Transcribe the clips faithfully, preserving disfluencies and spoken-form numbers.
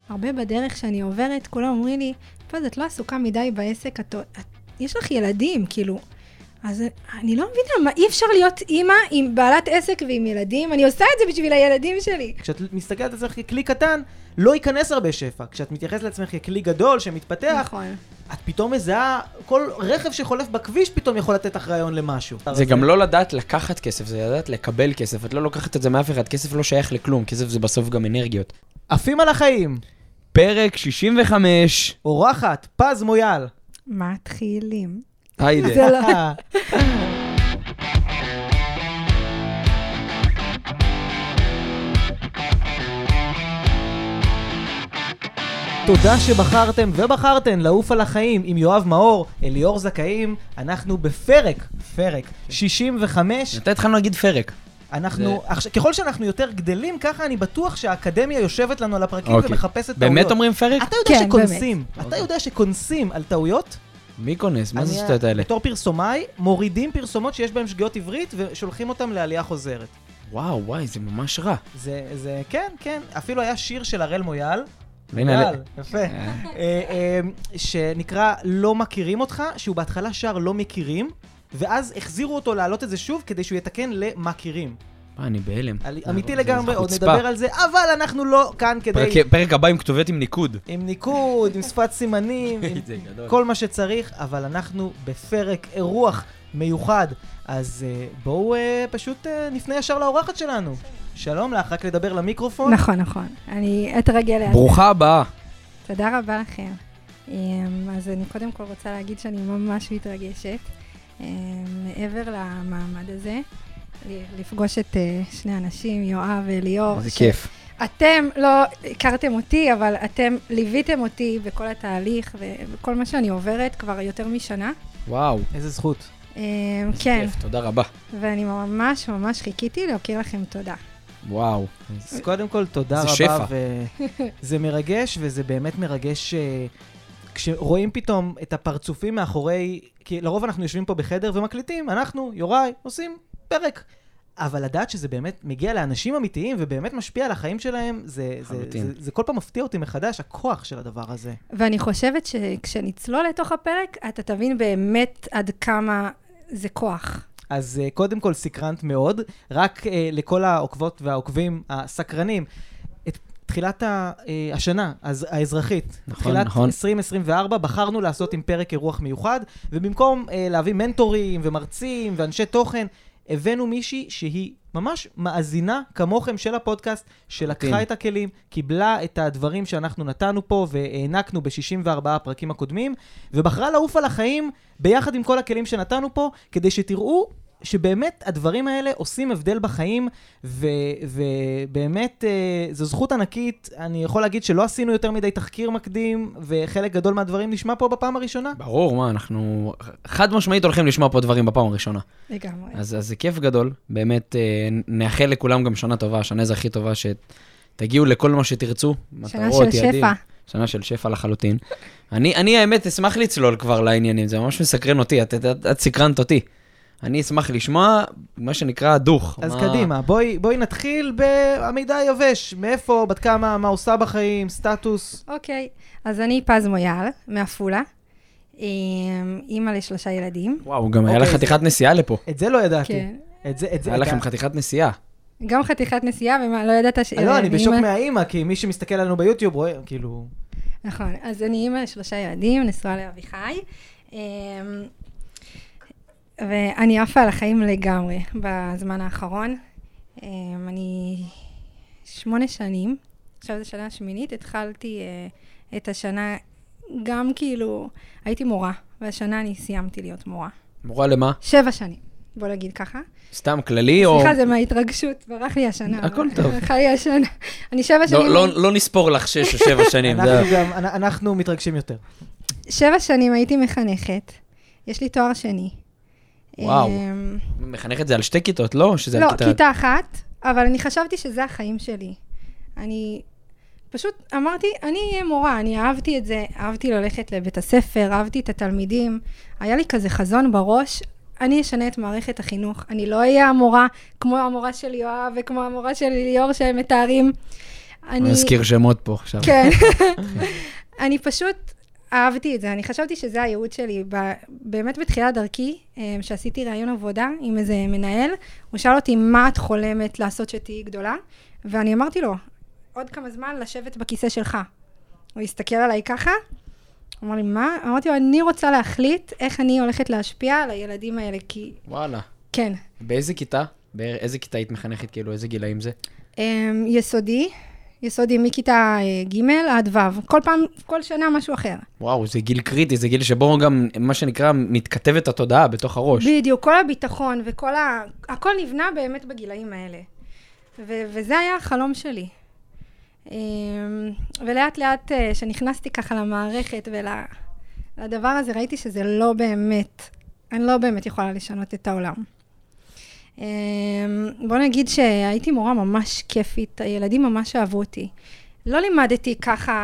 הרבה בדרך שאני עוברת, כולם אומרים לי, פז, את לא עסוקה מדי בעסק, את, את, יש לך ילדים, כאילו. אז אני לא מבינה, מה, אי אפשר להיות אימא עם בעלת עסק ועם ילדים? אני עושה את זה בשביל הילדים שלי. כשאת מסתכלת על עצמך ככלי קטן, לא ייכנס הרבה שפע. כשאת מתייחסת לעצמך ככלי גדול שמתפתח, נכון. את פתאום מזהה, כל רכב שחולף בכביש פתאום יכול לתת לך רעיון למשהו. זה גם לא לדעת לקחת כסף, זה לדעת לקבל כסף. את לא לוקחת את זה מאף אחד, כסף לא שייך לכלום, כסף זה בסוף גם אנרגיות. עפים על החיים. פרק שישים וחמש. אורחת, פז מויאל. מתחילים. היידה. זה לא... תודה שבחרתם ובחרתן לעוף על החיים עם יואב מאור, אליאור זכאים. אנחנו בפרק, פרק שישים וחמש. אתה התחלנו להגיד פרק. אנחנו, עכשיו, ככל שאנחנו יותר גדלים, ככה אני בטוח שהאקדמיה יושבת לנו על הפרקים אוקיי. ומחפשת טעויות. באמת אומרים פרק? אתה יודע כן, שקונסים, אתה אוקיי. יודע שקונסים על טעויות? מי כונס? מה אני- זה שטויות האלה? בתור פרסומאי, מורידים פרסומות שיש בהן שגיאות עברית ושולחים אותם לעלייה חוזרת. וואו, וואי, זה ממש רע. זה, זה, כן, כן. אפילו היה שיר של הראל מויאל. והנה, מויאל, יפה. אה, אה, שנקרא לא מכירים אותך, שהוא בהתחלה שר לא מכירים, ואז החזירו אותו להעלות את זה שוב כדי שהוא יתקן למכירים. מה, אני בהלם. על- זה- אמיתי זה- לגמרי, זה עוד חוצפה. נדבר על זה, אבל אנחנו לא כאן כדי... פרק- פרק הבא עם כתובת עם ניקוד. עם ניקוד, עם שפת סימנים, עם זה גדול. כל מה שצריך, אבל אנחנו בפרק אירוח מיוחד. אז uh, בואו uh, פשוט uh, נפנה ישר לאורחת שלנו. שלום לך, רק לדבר למיקרופון. נכון, נכון. אני אתרגל לאט. ברוכה הבאה. תודה רבה לכם. אמ, אז אני קודם כל רוצה להגיד שאני ממש מתרגשת. אמ, מעבר למעמד הזה, ל- לפגוש את אה, שני אנשים, יואב ואליאור. איזה ש- כיף. אתם לא הכרתם אותי, אבל אתם ליוויתם אותי בכל התהליך ו- וכל מה שאני עוברת כבר יותר משנה. וואו. איזה זכות. אמ, איזה כן, כיף, תודה רבה. ואני ממש ממש חיכיתי להכיר לכם תודה. וואו. אז קודם כל, תודה זה רבה. שפע. וזה מרגש, וזה באמת מרגש אה, כשרואים פתאום את הפרצופים מאחורי... כי לרוב אנחנו יושבים פה בחדר ומקליטים, אנחנו, יוראי, עושים פרק. אבל לדעת שזה באמת מגיע לאנשים אמיתיים ובאמת משפיע על החיים שלהם, זה, זה, לחלוטין. זה, זה כל פעם מפתיע אותי מחדש, הכוח של הדבר הזה. ואני חושבת שכשנצלול לתוך הפרק, אתה תבין באמת עד כמה זה כוח. אז uh, קודם כל סקרנת מאוד, רק uh, לכל העוקבות והעוקבים הסקרנים, את תחילת ה, uh, השנה אז, האזרחית, נכון, תחילת נכון. עשרים עשרים וארבע, בחרנו לעשות עם פרק אירוח מיוחד, ובמקום uh, להביא מנטורים ומרצים ואנשי תוכן, הבאנו מישהי שהיא ממש מאזינה כמוכם של הפודקאסט, שלקחה מדהים. את הכלים, קיבלה את הדברים שאנחנו נתנו פה והענקנו ב-שישים וארבעה הפרקים הקודמים, ובחרה לעוף על החיים ביחד עם כל הכלים שנתנו פה, כדי שתראו שבאמת הדברים האלה עושים הבדל בחיים, ו- ובאמת אה, זו זכות ענקית. אני יכול להגיד שלא עשינו יותר מדי תחקיר מקדים, וחלק גדול מהדברים נשמע פה בפעם הראשונה. ברור, מה, אנחנו חד משמעית הולכים לשמוע פה דברים בפעם הראשונה. לגמרי. אז, אז זה כיף גדול, באמת אה, נאחל לכולם גם שנה טובה, שנה זה הכי טובה, שתגיעו לכל מה שתרצו, שנה מטרות, של יעדים. שפע. שנה של שפע לחלוטין. אני, אני האמת אשמח לצלול כבר לעניינים, זה ממש מסקרן אותי, את, את, את, את סקרנת אותי. אני אשמח לשמוע מה שנקרא דוך. אז מה... קדימה, בואי, בואי נתחיל במידע היבש. מאיפה, בת כמה, מה עושה בחיים, סטטוס. אוקיי, אז אני פז מויאל, מעפולה, אימא לשלושה ילדים. וואו, גם היה אוקיי, לך חתיכת נסיעה לפה. את זה לא ידעתי. כן. את זה, את זה, היה את לכם ה- חתיכת נסיעה. גם חתיכת נסיעה, ומה, לא ידעת ש... לא, אני בשוק אימא- מהאימא, כי מי שמסתכל עלינו ביוטיוב רואה, כאילו... נכון, אז אני אימא לשלושה ילדים, נשואה לאביחי, אמ, ואני עפה על החיים לגמרי בזמן האחרון. אמ, אני שמונה שנים, עכשיו זו שנה שמינית, התחלתי אה, את השנה, גם כאילו, הייתי מורה, והשנה אני סיימתי להיות מורה. מורה למה? שבע שנים, בוא נגיד ככה. סתם כללי או... סליחה, זה מההתרגשות, ברח לי השנה. הכל טוב. ברח לי השנה. אני שבע שנים... לא, לא, לא נספור לך שש או שבע שנים. זה... אנחנו גם, אנ- אנחנו מתרגשים יותר. שבע שנים הייתי מחנכת, יש לי תואר שני. וואו. אמ, מחנך את זה על שתי כיתות, לא? שזה לא, על כיתה... כיתה אחת, אבל אני חשבתי שזה החיים שלי. אני פשוט אמרתי, אני אהיה מורה, אני אהבתי את זה, אהבתי ללכת לבית הספר, אהבתי את התלמידים, היה לי כזה חזון בראש, אני אשנה את מערכת החינוך, אני לא אהיה המורה כמו המורה של יואב וכמו המורה של ליאור שהם מתארים, אני... נזכיר שמות פה עכשיו. כן. אני פשוט אהבתי את זה. אני חשבתי שזה הייעוד שלי. באמת בתחילת דרכי, שעשיתי ראיון עבודה עם איזה מנהל, הוא שאל אותי, מה את חולמת לעשות שתהיי גדולה? ואני אמרתי לו, עוד כמה זמן לשבת בכיסא שלך. הוא הסתכל עליי ככה, הוא אמר לי, מה? אמרתי לו, אני רוצה להחליט איך אני הולכת להשפיע על הילדים האלה, כי... וואלה. כן. באיזה כיתה? באיזה כיתה היית מחנכת? כאילו, איזה גילאים זה? יסודי. יסודי מכיתה ג' עד ו'. כל פעם, כל שנה משהו אחר. וואו, זה גיל קריטי, זה גיל שבו גם, מה שנקרא, מתכתבת התודעה בתוך הראש. בדיוק, כל הביטחון וכל ה... הכל נבנה באמת בגילאים האלה. ו- וזה היה החלום שלי. ולאט לאט שנכנסתי ככה למערכת ולדבר הזה, ראיתי שזה לא באמת, אני לא באמת יכולה לשנות את העולם. בוא נגיד שהייתי מורה ממש כיפית, הילדים ממש אהבו אותי. לא לימדתי ככה,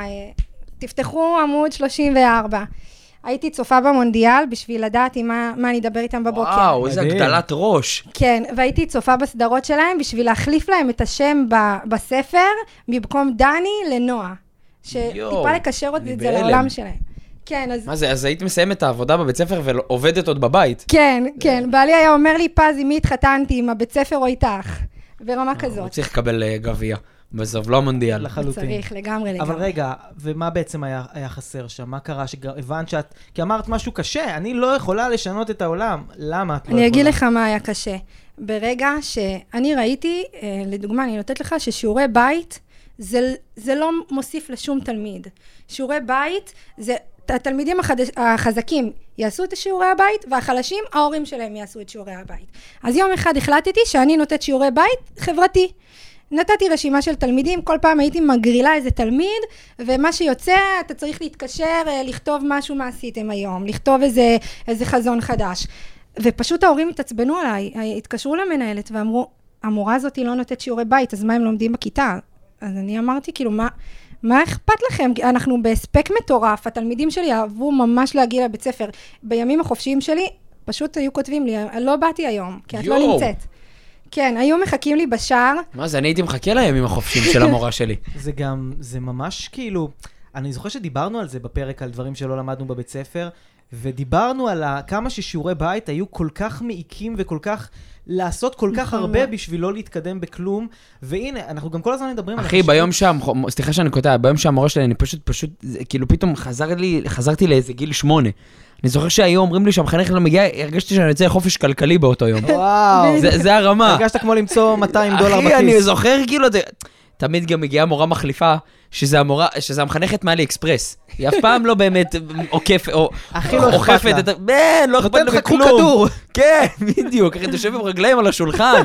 תפתחו עמוד שלושים וארבע. הייתי צופה במונדיאל בשביל לדעת מה, מה אני אדבר איתם בבוקר. וואו, איזה הגדלת ראש. כן, והייתי צופה בסדרות שלהם בשביל להחליף להם את השם ב, בספר, במקום דני לנועה. שטיפה לקשר את זה לעולם שלהם. כן, אז... מה זה, אז היית מסיימת את העבודה בבית ספר ועובדת עוד בבית? כן, כן. בעלי היה אומר לי, פז, עם מי התחתנתי, עם הבית ספר או איתך? ברמה כזאת. הוא צריך לקבל גביע. בסוף לא מונדיאל. לחלוטין. צריך, לגמרי, לגמרי. אבל רגע, ומה בעצם היה, היה חסר שם? מה קרה? שהבנת שאת... כי אמרת משהו קשה, אני לא יכולה לשנות את העולם. למה את לא יכולה? אני אגיד לך מה היה קשה. ברגע שאני ראיתי, לדוגמה, אני נותנת לך ששיעורי בית, זה, זה לא מוסיף לשום תלמיד. שיעורי בית, זה... התלמידים החדש, החזקים יעשו את שיעורי הבית, והחלשים, ההורים שלהם יעשו את שיעורי הבית. אז יום אחד החלטתי שאני נותנת שיעורי בית חברתי. נתתי רשימה של תלמידים, כל פעם הייתי מגרילה איזה תלמיד, ומה שיוצא, אתה צריך להתקשר, לכתוב משהו מה עשיתם היום, לכתוב איזה, איזה חזון חדש. ופשוט ההורים התעצבנו עליי, התקשרו למנהלת ואמרו, המורה הזאת היא לא נותנת שיעורי בית, אז מה הם לומדים בכיתה? אז אני אמרתי, כאילו, מה... מה אכפת לכם? אנחנו בהספק מטורף, התלמידים שלי אהבו ממש להגיע לבית ספר. בימים החופשיים שלי, פשוט היו כותבים לי, לא באתי היום, כי את לא נמצאת. כן, היו מחכים לי בשער. מה זה, אני הייתי מחכה לימים החופשיים של המורה שלי. זה גם, זה ממש כאילו, אני זוכר שדיברנו על זה בפרק, על דברים שלא למדנו בבית ספר, ודיברנו על כמה ששיעורי בית היו כל כך מעיקים וכל כך... לעשות כל כך הרבה בשביל לא להתקדם בכלום, והנה, אנחנו גם כל הזמן מדברים על... אחי, ביום שם, סליחה שאני קוטע, ביום שהמורה שלי, אני פשוט, פשוט, כאילו פתאום חזרתי לאיזה גיל שמונה. אני זוכר שהיום אומרים לי שהמחנך לא מגיע, הרגשתי שאני יוצא לחופש כלכלי באותו יום. וואו. זה הרמה. הרגשת כמו למצוא מאתיים דולר בכיס. אחי, אני זוכר כאילו, תמיד גם מגיעה מורה מחליפה, שזה המורה, שזה המחנכת מאלי אקספרס. היא אף פעם לא באמת עוקפת, או אוכפת את ה... כן, לא אכפת לך כלום. כן, בדיוק, אחי, תושב עם רגליים על השולחן.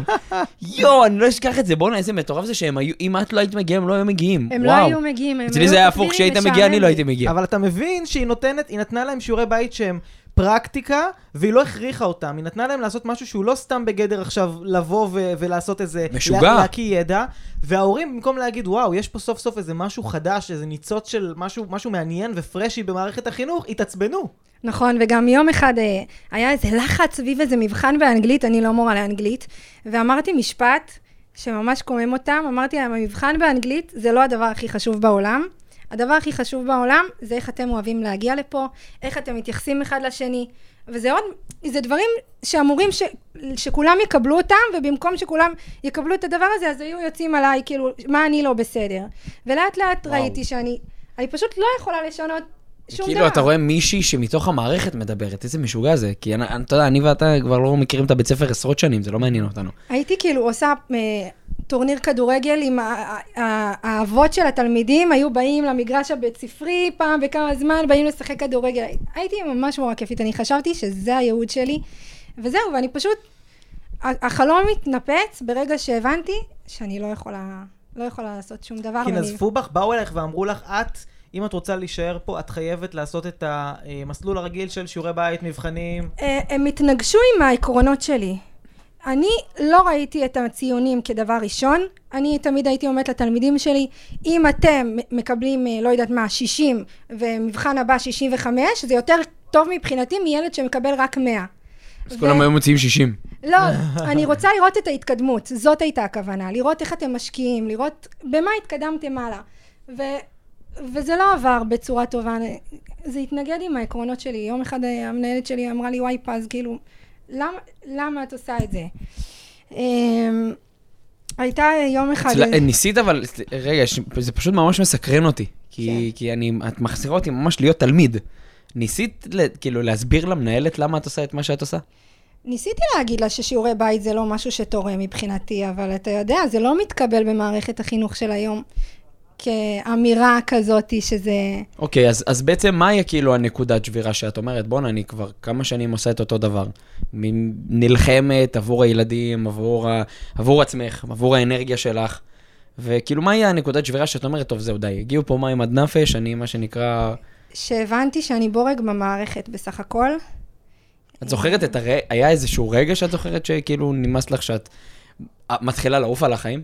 יו, אני לא אשכח את זה, בואו נעשה מטורף זה שהם היו, אם את לא היית מגיעה, הם לא היו מגיעים. הם לא היו מגיעים. אצלי זה היה הפוך, כשהיית מגיעה, אני לא הייתי מגיע. אבל אתה מבין שהיא נותנת, היא נתנה להם שיעורי בית שהם פרקטיקה, והיא לא הכריחה אותם. היא נתנה להם לעשות משהו שהוא לא סתם בגדר עכשיו לבוא ו- ולעשות איזה... משוגע. להקיא ידע. וההורים, במקום להגיד, וואו, יש פה סוף סוף איזה משהו חדש, איזה ניצוץ של משהו, משהו מעניין ופרשי במערכת החינוך, התעצבנו. נכון, וגם יום אחד היה איזה לחץ סביב איזה מבחן באנגלית, אני לא מורה לאנגלית, ואמרתי משפט שממש קומם אותם, אמרתי להם, המבחן באנגלית זה לא הדבר הכי חשוב בעולם, הדבר הכי חשוב בעולם זה איך אתם אוהבים להגיע לפה, איך אתם מתייחסים אחד לשני, וזה עוד, זה דברים שאמורים ש, שכולם יקבלו אותם, ובמקום שכולם יקבלו את הדבר הזה, אז היו יוצאים עליי, כאילו, מה אני לא בסדר. ולאט לאט וואו. ראיתי שאני, אני פשוט לא יכולה לשנות שום כאילו, דבר. אתה רואה מישהי שמתוך המערכת מדברת, איזה משוגע זה, כי אני, אתה יודע, אני ואתה כבר לא מכירים את הבית ספר עשרות שנים, זה לא מעניין אותנו. הייתי כאילו עושה טורניר כדורגל עם האבות של התלמידים, היו באים למגרש הבית ספרי פעם בכמה זמן, באים לשחק כדורגל. הייתי ממש מורה כיפית, אני חשבתי שזה הייעוד שלי, וזהו, ואני פשוט, החלום מתנפץ ברגע שהבנתי שאני לא יכולה, לא יכולה לעשות שום דבר. כי נזפו בך, באו אליך ואמרו לך, את... אם את רוצה להישאר פה, את חייבת לעשות את המסלול הרגיל של שיעורי בית, מבחנים. הם התנגשו עם העקרונות שלי. אני לא ראיתי את הציונים כדבר ראשון. אני תמיד הייתי אומרת לתלמידים שלי, אם אתם מקבלים, לא יודעת מה, שישים, ומבחן הבא שישים וחמש, זה יותר טוב מבחינתי מילד שמקבל רק מאה. אז כולם היום מוציאים שישים. לא, אני רוצה לראות את ההתקדמות, זאת הייתה הכוונה, לראות איך אתם משקיעים, לראות במה התקדמתם הלאה. ו... וזה לא עבר בצורה טובה, זה התנגד עם העקרונות שלי. יום אחד המנהלת שלי אמרה לי, וואי פז, כאילו, למה, למה את עושה את זה? הייתה יום אחד... ניסית, אבל, רגע, זה פשוט ממש מסקרן אותי, כי, כי אני, את מחזירה אותי ממש להיות תלמיד. ניסית, כאילו, להסביר למנהלת למה את עושה את מה שאת עושה? ניסיתי להגיד לה ששיעורי בית זה לא משהו שתורם מבחינתי, אבל אתה יודע, זה לא מתקבל במערכת החינוך של היום. כאמירה כזאת שזה... אוקיי, אז, אז בעצם מהי כאילו הנקודת שבירה שאת אומרת? בואו, אני כבר כמה שנים עושה את אותו דבר. נלחמת עבור הילדים, עבור, ה... עבור עצמך, עבור האנרגיה שלך. וכאילו, מהי הנקודת שבירה שאת אומרת? טוב, זהו, די. הגיעו פה מים עד נפש, אני מה שנקרא... שהבנתי שאני בורג במערכת בסך הכל. את זוכרת את הרגע, היה איזשהו רגע שאת זוכרת שכאילו נמאס לך שאת מתחילה לעוף על החיים?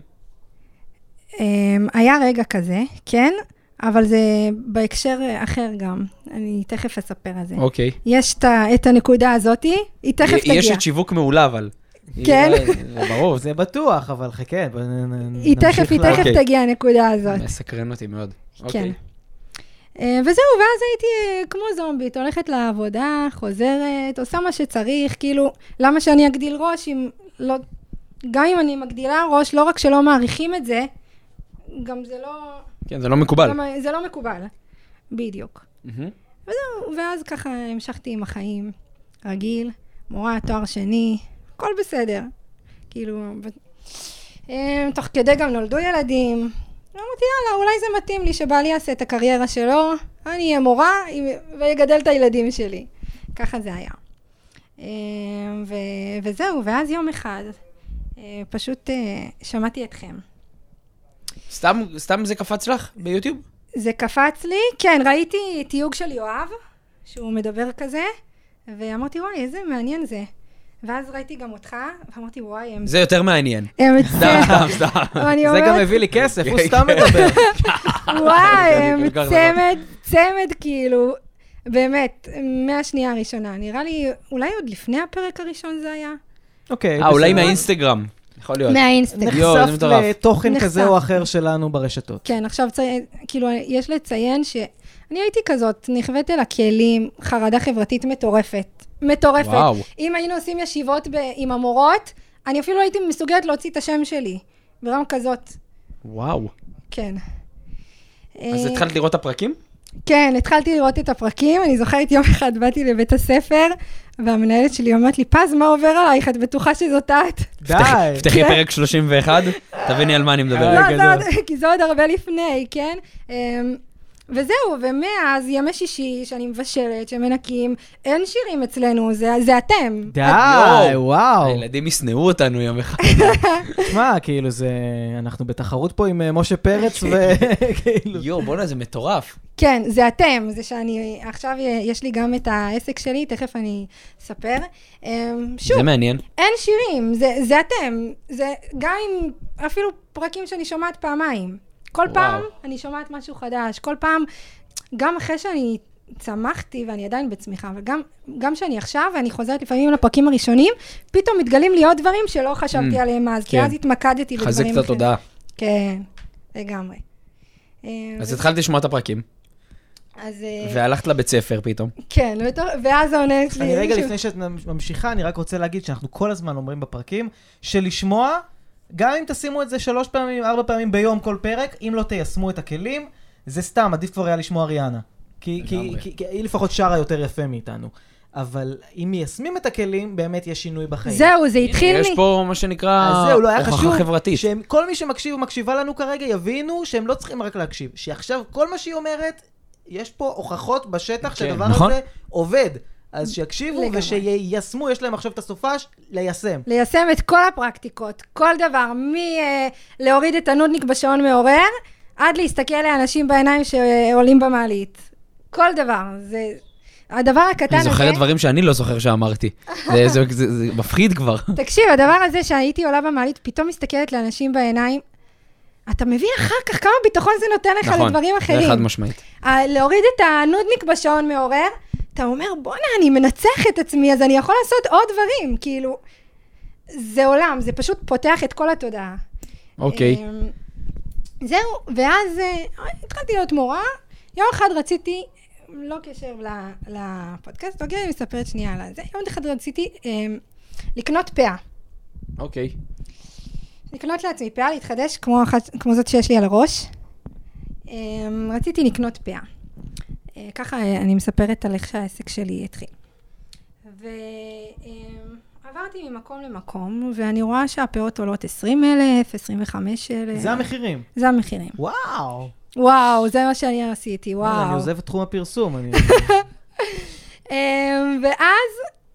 היה רגע כזה, כן, אבל זה בהקשר אחר גם. אני תכף אספר על זה. אוקיי. יש את הנקודה הזאת, היא תכף תגיע. יש את שיווק מעולה, אבל... כן. זה ברור, זה בטוח, אבל חכה, היא תכף, היא תכף תגיע הנקודה הזאת. מסקרן אותי מאוד. כן. וזהו, ואז הייתי כמו זומבית, הולכת לעבודה, חוזרת, עושה מה שצריך, כאילו, למה שאני אגדיל ראש אם לא... גם אם אני מגדילה ראש, לא רק שלא מעריכים את זה, גם זה לא... כן, זה לא מקובל. גם זה לא מקובל, בדיוק. וזהו, ואז ככה המשכתי עם החיים, רגיל, מורה, תואר שני, הכל בסדר. כאילו, תוך כדי גם נולדו ילדים, ואמרתי, יאללה, אולי זה מתאים לי שבעלי יעשה את הקריירה שלו, אני אהיה מורה ויגדל את הילדים שלי. ככה זה היה. וזהו, ואז יום אחד, פשוט שמעתי אתכם. סתם, סתם זה קפץ לך ביוטיוב? זה קפץ לי, כן, ראיתי תיוג של יואב, שהוא מדבר כזה, ואמרתי, וואי, איזה מעניין זה. ואז ראיתי גם אותך, ואמרתי, וואי, הם... זה יותר מעניין. הם סתם, סתם, סתם. זה גם הביא לי כסף, הוא סתם מדבר. וואי, הם צמד, צמד כאילו, באמת, מהשנייה הראשונה. נראה לי, אולי עוד לפני הפרק הראשון זה היה. אוקיי. אה, אולי מהאינסטגרם. יכול להיות. מהאינסטגרם. נחשף לתוכן כזה או אחר שלנו ברשתות. כן, עכשיו, כאילו, יש לציין שאני הייתי כזאת, נכווית לכלים, חרדה חברתית מטורפת. מטורפת. וואו. אם היינו עושים ישיבות עם המורות, אני אפילו הייתי מסוגלת להוציא את השם שלי. ברמה כזאת. וואו. כן. אז התחלת לראות את הפרקים? כן, התחלתי לראות את הפרקים. אני זוכרת יום אחד באתי לבית הספר, והמנהלת שלי אומרת לי, פז, מה עובר עלייך? את בטוחה שזאת את? די. פתחי פרק שלושים ואחת, תביני על מה אני מדבר. לא, כי זה עוד הרבה לפני, כן? וזהו, ומאז ימי שישי שאני מבשלת, שמנקים, אין שירים אצלנו, זה, זה אתם. די, וואו. הילדים יסנאו אותנו יום אחד. תשמע, כאילו זה, אנחנו בתחרות פה עם משה פרץ וכאילו. יו, בוא'נה, זה מטורף. כן, זה אתם, זה שאני, עכשיו יש לי גם את העסק שלי, תכף אני אספר. שוב, זה מעניין. אין שירים, זה, זה אתם. זה גם עם אפילו פרקים שאני שומעת פעמיים. כל וואו. פעם אני שומעת משהו חדש, כל פעם, גם אחרי שאני צמחתי ואני עדיין בצמיחה, אבל גם, גם שאני עכשיו ואני חוזרת לפעמים לפרקים הראשונים, פתאום מתגלים לי עוד דברים שלא חשבתי mm, עליהם אז, כן. כי אז התמקדתי בדברים אחרים. חזק את התודעה. כן, לגמרי. אז התחלת לשמוע את הפרקים. אז... והלכת לבית ספר פתאום. כן, ואז העונה שלי... אני רגע לפני שאת ממשיכה, אני רק רוצה להגיד שאנחנו כל הזמן אומרים בפרקים, שלשמוע... גם אם תשימו את זה שלוש פעמים, ארבע פעמים ביום כל פרק, אם לא תיישמו את הכלים, זה סתם, עדיף כבר היה לשמוע ריאנה. כי, כי, כי, כי היא לפחות שרה יותר יפה מאיתנו. אבל אם מיישמים את הכלים, באמת יש שינוי בחיים. זהו, זה התחיל יש לי. פה מה שנקרא הוכחה חברתית. שכל מי שמקשיב ומקשיבה לנו כרגע יבינו שהם לא צריכים רק להקשיב. שעכשיו כל מה שהיא אומרת, יש פה הוכחות בשטח שהדבר נכון? הזה עובד. אז שיקשיבו ושיישמו, יש להם עכשיו את הסופש, ליישם. ליישם את כל הפרקטיקות, כל דבר, מלהוריד את הנודניק בשעון מעורר, עד להסתכל לאנשים בעיניים שעולים במעלית. כל דבר, זה... הדבר הקטן הזה... אני זוכרת דברים שאני לא זוכר שאמרתי. זה, זה, זה, זה מפחיד כבר. תקשיב, הדבר הזה שהייתי עולה במעלית, פתאום מסתכלת לאנשים בעיניים, אתה מבין אחר כך כמה ביטחון זה נותן לך נכון, לדברים אחרים. זה חד משמעית. להוריד את הנודניק בשעון מעורר, אתה אומר, בוא'נה, אני מנצח את עצמי, אז אני יכול לעשות עוד דברים, כאילו, זה עולם, זה פשוט פותח את כל התודעה. אוקיי. זהו, ואז התחלתי להיות מורה, יום אחד רציתי, לא קשר לפודקאסט, אוקיי, אני מספרת שנייה על זה, יום אחד רציתי לקנות פאה. אוקיי. לקנות לעצמי פאה, להתחדש כמו, כמו זאת שיש לי על הראש. רציתי לקנות פאה. ככה אני מספרת על איך שהעסק שלי התחיל. ועברתי ממקום למקום, ואני רואה שהפאות עולות עשרים אלף, עשרים וחמישה אלף. זה המחירים. זה המחירים. וואו. וואו, זה מה שאני עשיתי, וואו. אני עוזב את תחום הפרסום. ואז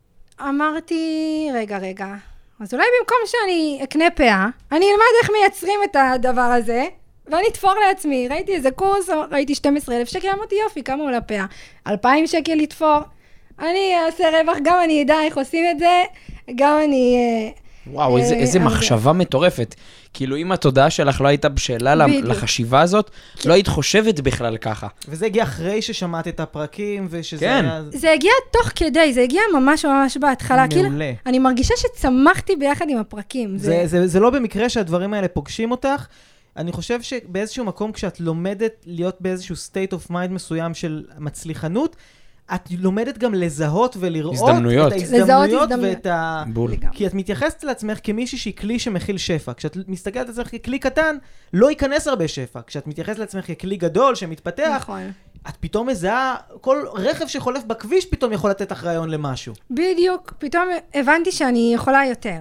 אמרתי, רגע, רגע, אז אולי במקום שאני אקנה פאה, אני אלמד איך מייצרים את הדבר הזה, ואני אתפור לעצמי. ראיתי איזה קורס, ראיתי שנים עשר אלף שקל, אמרתי יופי, כמה עולה פאה? אלפיים שקל לתפור. אני אעשה רווח, גם אני אדע איך עושים את זה, גם אני... וואו, איזה, איזה מחשבה מטורפת. כאילו, אם התודעה שלך לא הייתה בשאלה לחשיבה הזאת, לא היית חושבת בכלל ככה. וזה הגיע אחרי ששמעת את הפרקים, ושזה כן. היה... זה הגיע תוך כדי, זה הגיע ממש ממש בהתחלה. מעולה. כאילו, אני מרגישה שצמחתי ביחד עם הפרקים. זה, זה... זה, זה לא במקרה שהדברים האלה פוגשים אותך. אני חושב שבאיזשהו מקום, כשאת לומדת להיות באיזשהו state of mind מסוים של מצליחנות, את לומדת גם לזהות ולראות הזדמנויות. את ההזדמנויות ואת ה... בול. כי את מתייחסת לעצמך כמישהי שהיא כלי שמכיל שפע. כשאת מסתכלת על עצמך ככלי קטן, לא ייכנס הרבה שפע. כשאת מתייחסת לעצמך ככלי גדול שמתפתח, נכון. את פתאום מזהה, כל רכב שחולף בכביש פתאום יכול לתת לך רעיון למשהו. בדיוק, פתאום הבנתי שאני יכולה יותר.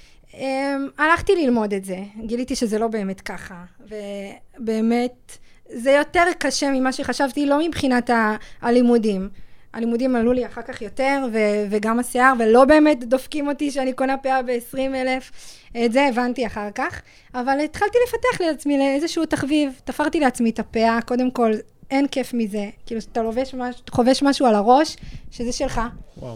הלכתי ללמוד את זה, גיליתי שזה לא באמת ככה, ובאמת זה יותר קשה ממה שחשבתי, לא מבחינת הלימודים. הלימודים עלו לי אחר כך יותר, ו- וגם השיער, ולא באמת דופקים אותי שאני קונה פאה ב-עשרים אלף. את זה הבנתי אחר כך, אבל התחלתי לפתח לעצמי לאיזשהו תחביב, תפרתי לעצמי את הפאה, קודם כל אין כיף מזה, כאילו שאתה לובש משהו, חובש משהו על הראש, שזה שלך. וואו.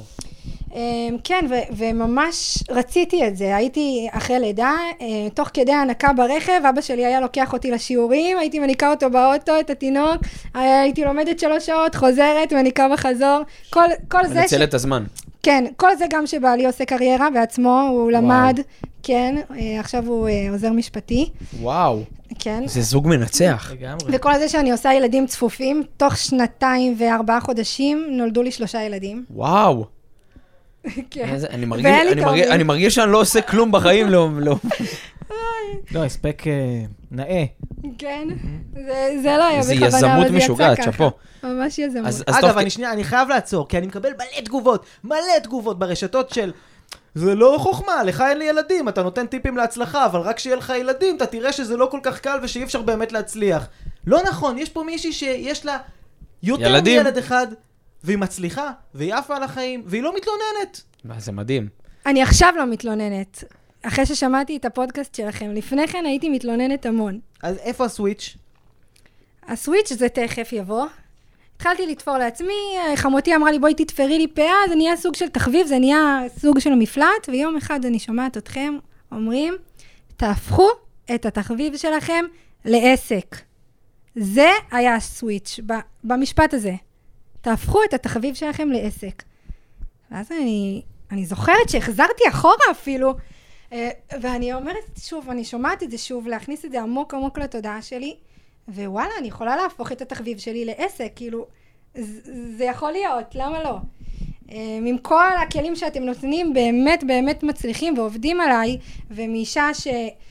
כן, ו- וממש רציתי את זה, הייתי אחרי לידה, תוך כדי ההנקה ברכב, אבא שלי היה לוקח אותי לשיעורים, הייתי מניקה אותו באוטו, את התינוק, הייתי לומדת שלוש שעות, חוזרת, מניקה בחזור, כל, כל זה... מנצל את הזמן. כן, כל זה גם שבעלי עושה קריירה בעצמו, הוא למד, כן, עכשיו הוא עוזר משפטי. וואו. כן. זה זוג מנצח. וכל זה שאני עושה ילדים צפופים, תוך שנתיים וארבעה חודשים נולדו לי שלושה ילדים. וואו. כן. אני מרגיש, אני מרגיש, אני מרגיש שאני לא עושה כלום בחיים, לא, לא. לא, הספק נאה. כן, זה לא היה בכוונה, זה יזמות משוגעת, שפו. ממש יזמות. אגב, אני שנייה, אני חייב לעצור, כי אני מקבל מלא תגובות, מלא תגובות ברשתות של, זה לא חוכמה, לך אין לי ילדים, אתה נותן טיפים להצלחה, אבל רק שיהיה לך ילדים, אתה תראה שזה לא כל כך קל ושאי אפשר באמת להצליח. לא נכון, יש פה מישהי שיש לה יותר מילד אחד, והיא מצליחה, והיא עפה על החיים, והיא לא מתלוננת. מה, זה מדהים. אני עכשיו לא מתלוננת. אחרי ששמעתי את הפודקאסט שלכם, לפני כן הייתי מתלוננת המון. אז איפה הסוויץ'? הסוויץ' זה תכף יבוא. התחלתי לתפור לעצמי, חמותי אמרה לי בואי תתפרי לי פאה, זה נהיה סוג של תחביב, זה נהיה סוג של מפלט, ויום אחד אני שומעת אתכם אומרים, תהפכו את התחביב שלכם לעסק. זה היה הסוויץ' במשפט הזה. תהפכו את התחביב שלכם לעסק. ואז אני, אני זוכרת שהחזרתי אחורה אפילו, ואני אומרת שוב, אני שומעת את זה שוב, להכניס את זה עמוק עמוק לתודעה שלי, ווואלה, אני יכולה להפוך את התחביב שלי לעסק, כאילו, זה יכול להיות, למה לא? עם כל הכלים שאתם נותנים, באמת באמת מצליחים ועובדים עליי, ומאישה ש...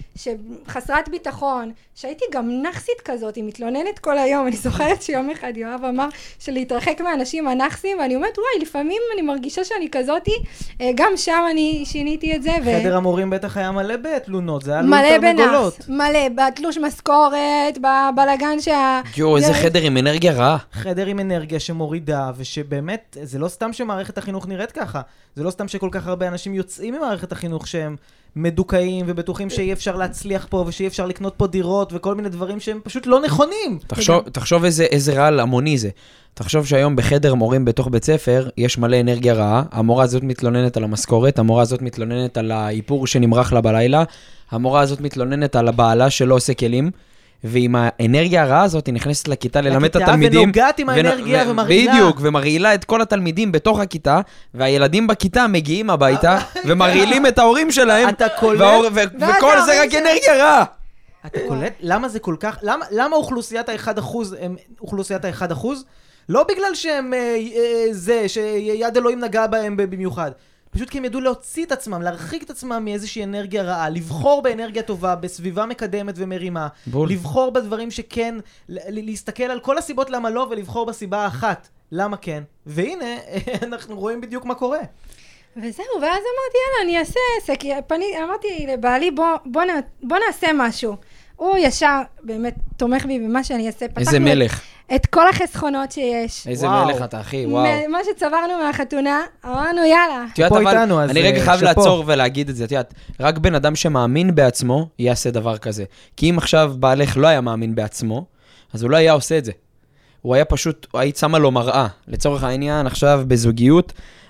שחסרת ביטחון, שהייתי גם נחסית כזאת, היא מתלוננת כל היום, אני זוכרת שיום אחד יואב אמר שלהתרחק מהאנשים הנחסים, ואני אומרת, וואי, לפעמים אני מרגישה שאני כזאתי, גם שם אני שיניתי את זה. חדר ו... המורים בטח היה מלא בתלונות, זה היה לא יותר מגולות. מלא, בתלוש משכורת, בבלגן שה... יו, איזה חדר עם אנרגיה רעה. חדר עם אנרגיה שמורידה, ושבאמת, זה לא סתם שמערכת החינוך נראית ככה, זה לא סתם שכל כך הרבה אנשים יוצאים ממערכת החינוך שהם מדוכאים ובטוחים שאי אפשר להצליח פה ושאי אפשר לקנות פה דירות וכל מיני דברים שהם פשוט לא נכונים. תחשוב, תחשוב איזה, איזה רעל המוני זה. תחשוב שהיום בחדר מורים בתוך בית ספר יש מלא אנרגיה רעה, המורה הזאת מתלוננת על המשכורת, המורה הזאת מתלוננת על האיפור שנמרח לה בלילה, המורה הזאת מתלוננת על הבעלה שלא עושה כלים, ועם האנרגיה הרעה הזאת, היא נכנסת לכיתה ללמד את התלמידים. ונוגעת עם האנרגיה ו- ומרעילה. בדיוק, ומרעילה את כל התלמידים בתוך הכיתה, והילדים בכיתה מגיעים הביתה, ומרעילים את ההורים שלהם, אתה קולט? וההור... ו- וכל זה רק אנרגיה רעה. אתה קולט? למה זה כל כך... למה, למה אוכלוסיית ה-אחד אחוז הם אוכלוסיית ה-אחד אחוז? לא בגלל שהם אה, אה, זה, שיד אלוהים נגע בהם במיוחד. פשוט כי הם ידעו להוציא את עצמם, להרחיק את עצמם מאיזושהי אנרגיה רעה, לבחור באנרגיה טובה, בסביבה מקדמת ומרימה, בול. לבחור בדברים שכן, להסתכל על כל הסיבות למה לא, ולבחור בסיבה האחת, למה כן. והנה, אנחנו רואים בדיוק מה קורה. וזהו, ואז אמרתי, יאללה, אני אעשה עסק. פני, אמרתי לבעלי, בוא, בוא, בוא נעשה משהו. הוא ישר באמת תומך בי במה שאני אעשה. איזה מלך. את כל החסכונות שיש. איזה וואו. מלך אתה, אחי, וואו. מה שצברנו מהחתונה, אמרנו, יאללה. תיאת, אבל איתנו, אני רגע חייב שפו. לעצור ולהגיד את זה, תיאת, רק בן אדם שמאמין בעצמו, יעשה דבר כזה. כי אם עכשיו בעלך לא היה מאמין בעצמו, אז הוא לא היה עושה את זה. הוא היה פשוט, היית שמה לו מראה. לצורך העניין, עכשיו בזוגיות,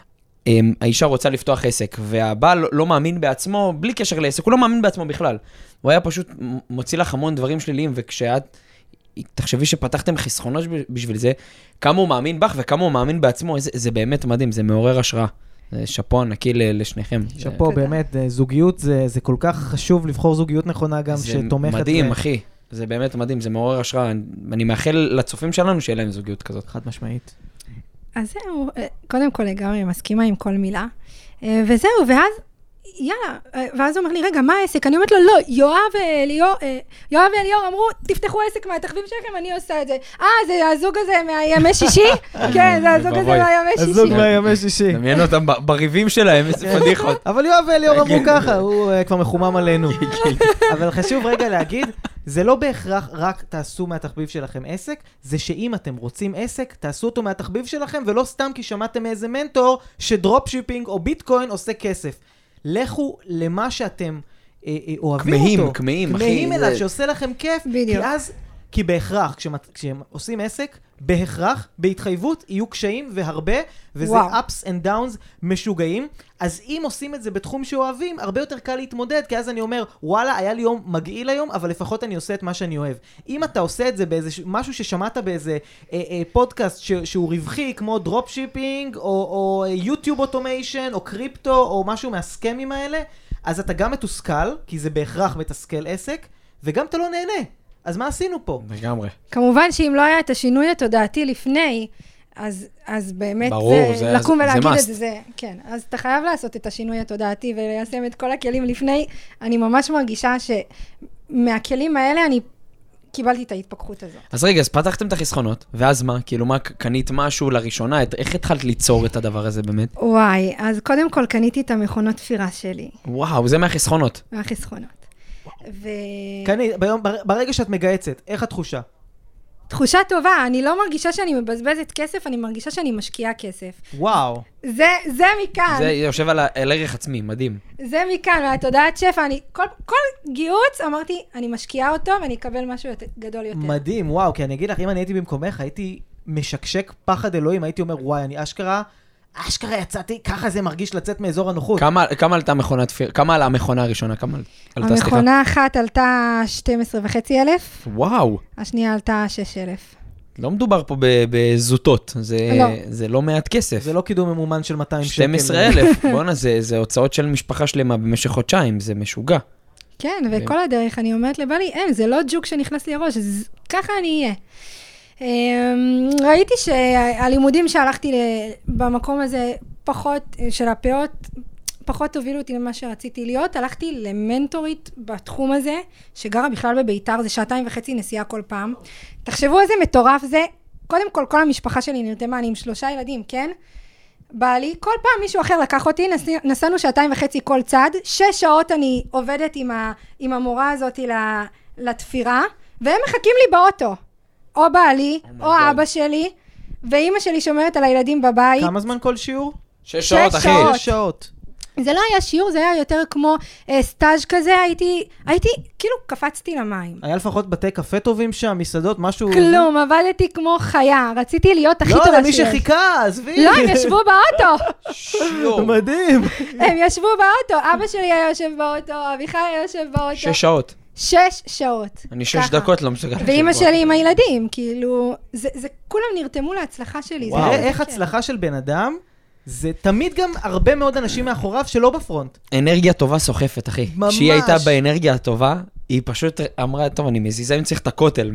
האישה רוצה לפתוח עסק, והבעל לא מאמין בעצמו, בלי קשר לעסק, הוא לא מאמין בעצמו בכלל. הוא היה פשוט מוציא לך המון דברים שליליים, וכשאת, תחשבי שפתחתם חסכונות בשביל זה, כמה הוא מאמין בך וכמה הוא מאמין בעצמו, זה, זה באמת מדהים, זה מעורר השראה. זה שפו ענקי לשניכם. שפו, באמת, זוגיות, זה, זה כל כך חשוב לבחור זוגיות נכונה גם שתומכת. זה מדהים, אחי. זה באמת מדהים, זה מעורר השראה. אני מאחל לצופים שלנו שיהיה להם זוגיות כזאת. חד משמעית. אז זהו, קודם כל לגמרי מסכימה עם כל מילה, וזהו, ואז, יאללה, ואז הוא אומר לי, רגע, מה העסק? אני אומרת לו, לא, יואב ואליאור, יואב ואליאור אמרו, תפתחו עסק מהתחביב שלכם, אני עושה את זה. אה, זה הזוג הזה מהימי שישי? כן, זה הזוג הזה מהימי שישי. הזוג מהימי שישי. דמיין אותם בריבים שלהם, איזה פדיחות. אבל יואב ואליאור אמרו ככה, הוא כבר מחומם עלינו. אבל חשוב רגע להגיד, זה לא בהכרח רק תעשו מהתחביב שלכם עסק, זה שאם אתם רוצים עסק, תעשו אותו מהתחביב שלכם, ולא סתם כי שמעתם מאיזה מנטור שדרופשיפינג או ביטקוין עושה כסף. לכו למה שאתם אה, אה, אוהבים כמהים, אותו. כמהים, כמהים, כמהים אליו, זה... שעושה לכם כיף. בדיוק. כי אז, כי בהכרח, כשמת, כשהם עושים עסק, בהכרח, בהתחייבות, יהיו קשיים והרבה, וזה וואו. ups and downs משוגעים. אז אם עושים את זה בתחום שאוהבים, הרבה יותר קל להתמודד, כי אז אני אומר, וואלה, היה לי יום מגעיל היום, אבל לפחות אני עושה את מה שאני אוהב. אם אתה עושה את זה באיזה, משהו ששמעת באיזה אה, אה, פודקאסט ש, שהוא רווחי, כמו דרופשיפינג, או, או יוטיוב אוטומיישן, או קריפטו, או משהו מהסקמים האלה, אז אתה גם מתוסכל, כי זה בהכרח מתסכל עסק, וגם אתה לא נהנה. אז מה עשינו פה? לגמרי. כמובן שאם לא היה את השינוי התודעתי לפני, אז, אז באמת ברור, זה, זה, לקום זה, ולהגיד זה את זה, זה, כן. אז אתה חייב לעשות את השינוי התודעתי וליישם את כל הכלים לפני. אני ממש מרגישה שמהכלים האלה אני קיבלתי את ההתפכחות הזאת. אז רגע, אז פתחתם את החסכונות, ואז מה? כאילו מה, קנית משהו לראשונה? איך התחלת ליצור את הדבר הזה באמת? וואי, אז קודם כל קניתי את המכונות תפירה שלי. וואו, זה מהחסכונות. מהחסכונות. ו... קני, ביום, ברגע שאת מגייצת, איך התחושה? תחושה טובה, אני לא מרגישה שאני מבזבזת כסף, אני מרגישה שאני משקיעה כסף. וואו. זה, זה מכאן. זה יושב על, על ערך עצמי, מדהים. זה מכאן, והתודעת שפע, אני, כל, כל גיוץ אמרתי, אני משקיעה אותו ואני אקבל משהו גדול יותר. מדהים, וואו, כי אני אגיד לך, אם אני הייתי במקומך, הייתי משקשק פחד אלוהים, הייתי אומר, וואי, אני אשכרה, אשכרה יצאתי, ככה זה מרגיש לצאת מאזור הנוחות. כמה, כמה עלתה מכונה תפיר, כמה עלה המכונה הראשונה, כמה עלתה, סליחה? המכונה אחת עלתה שתים עשרה וחצי אלף. וואו. השנייה עלתה שש אלף. לא מדובר פה בזוטות, זה לא. זה לא מעט כסף. זה לא קידום ממומן של מאתיים שקל. שתים עשרה אלף, בוא'נה, זה, זה הוצאות של משפחה שלמה במשך חודשיים, זה משוגע. כן, וכל הדרך אני אומרת לבעלי, אין, זה לא ג'וק שנכנס לי הראש, זה, ככה אני אהיה. ראיתי שהלימודים שהלכתי במקום הזה פחות, של הפאות, פחות הובילו אותי למה שרציתי להיות. הלכתי למנטורית בתחום הזה, שגרה בכלל בביתר, זה שעתיים וחצי נסיעה כל פעם. תחשבו איזה מטורף זה. קודם כל, כל המשפחה שלי נרתמה, אני עם שלושה ילדים, כן? בעלי, כל פעם מישהו אחר לקח אותי, נסענו שעתיים וחצי כל צד, שש שעות אני עובדת עם, ה, עם המורה הזאת לתפירה, והם מחכים לי באוטו. או בעלי, או אבא שלי, ואמא שלי שומרת על הילדים בבית. כמה זמן כל שיעור? שש שעות, אחי. שש שעות. זה לא היה שיעור, זה היה יותר כמו אה, סטאז' כזה, הייתי, הייתי, כאילו קפצתי למים. היה לפחות בתי קפה טובים שם, מסעדות, משהו... כלום, עבדתי כמו חיה, רציתי להיות הכי טובה שיש. לא, למי שחיכה, עזבי. לא, הם ישבו באוטו. מדהים. הם ישבו באוטו, אבא שלי היה יושב באוטו, אביחי היה יושב באוטו. שש שעות. שש שעות. אני שש דקות לא מסוגל. ואמא שלי עם הילדים, כאילו, זה, זה כולם נרתמו להצלחה שלי. וואו, איך הצלחה של בן אדם, זה תמיד גם הרבה מאוד אנשים מאחוריו שלא בפרונט. אנרגיה טובה סוחפת, אחי. ממש. כשהיא הייתה באנרגיה הטובה, היא פשוט אמרה, טוב, אני מזיזה אם צריך את הכותל,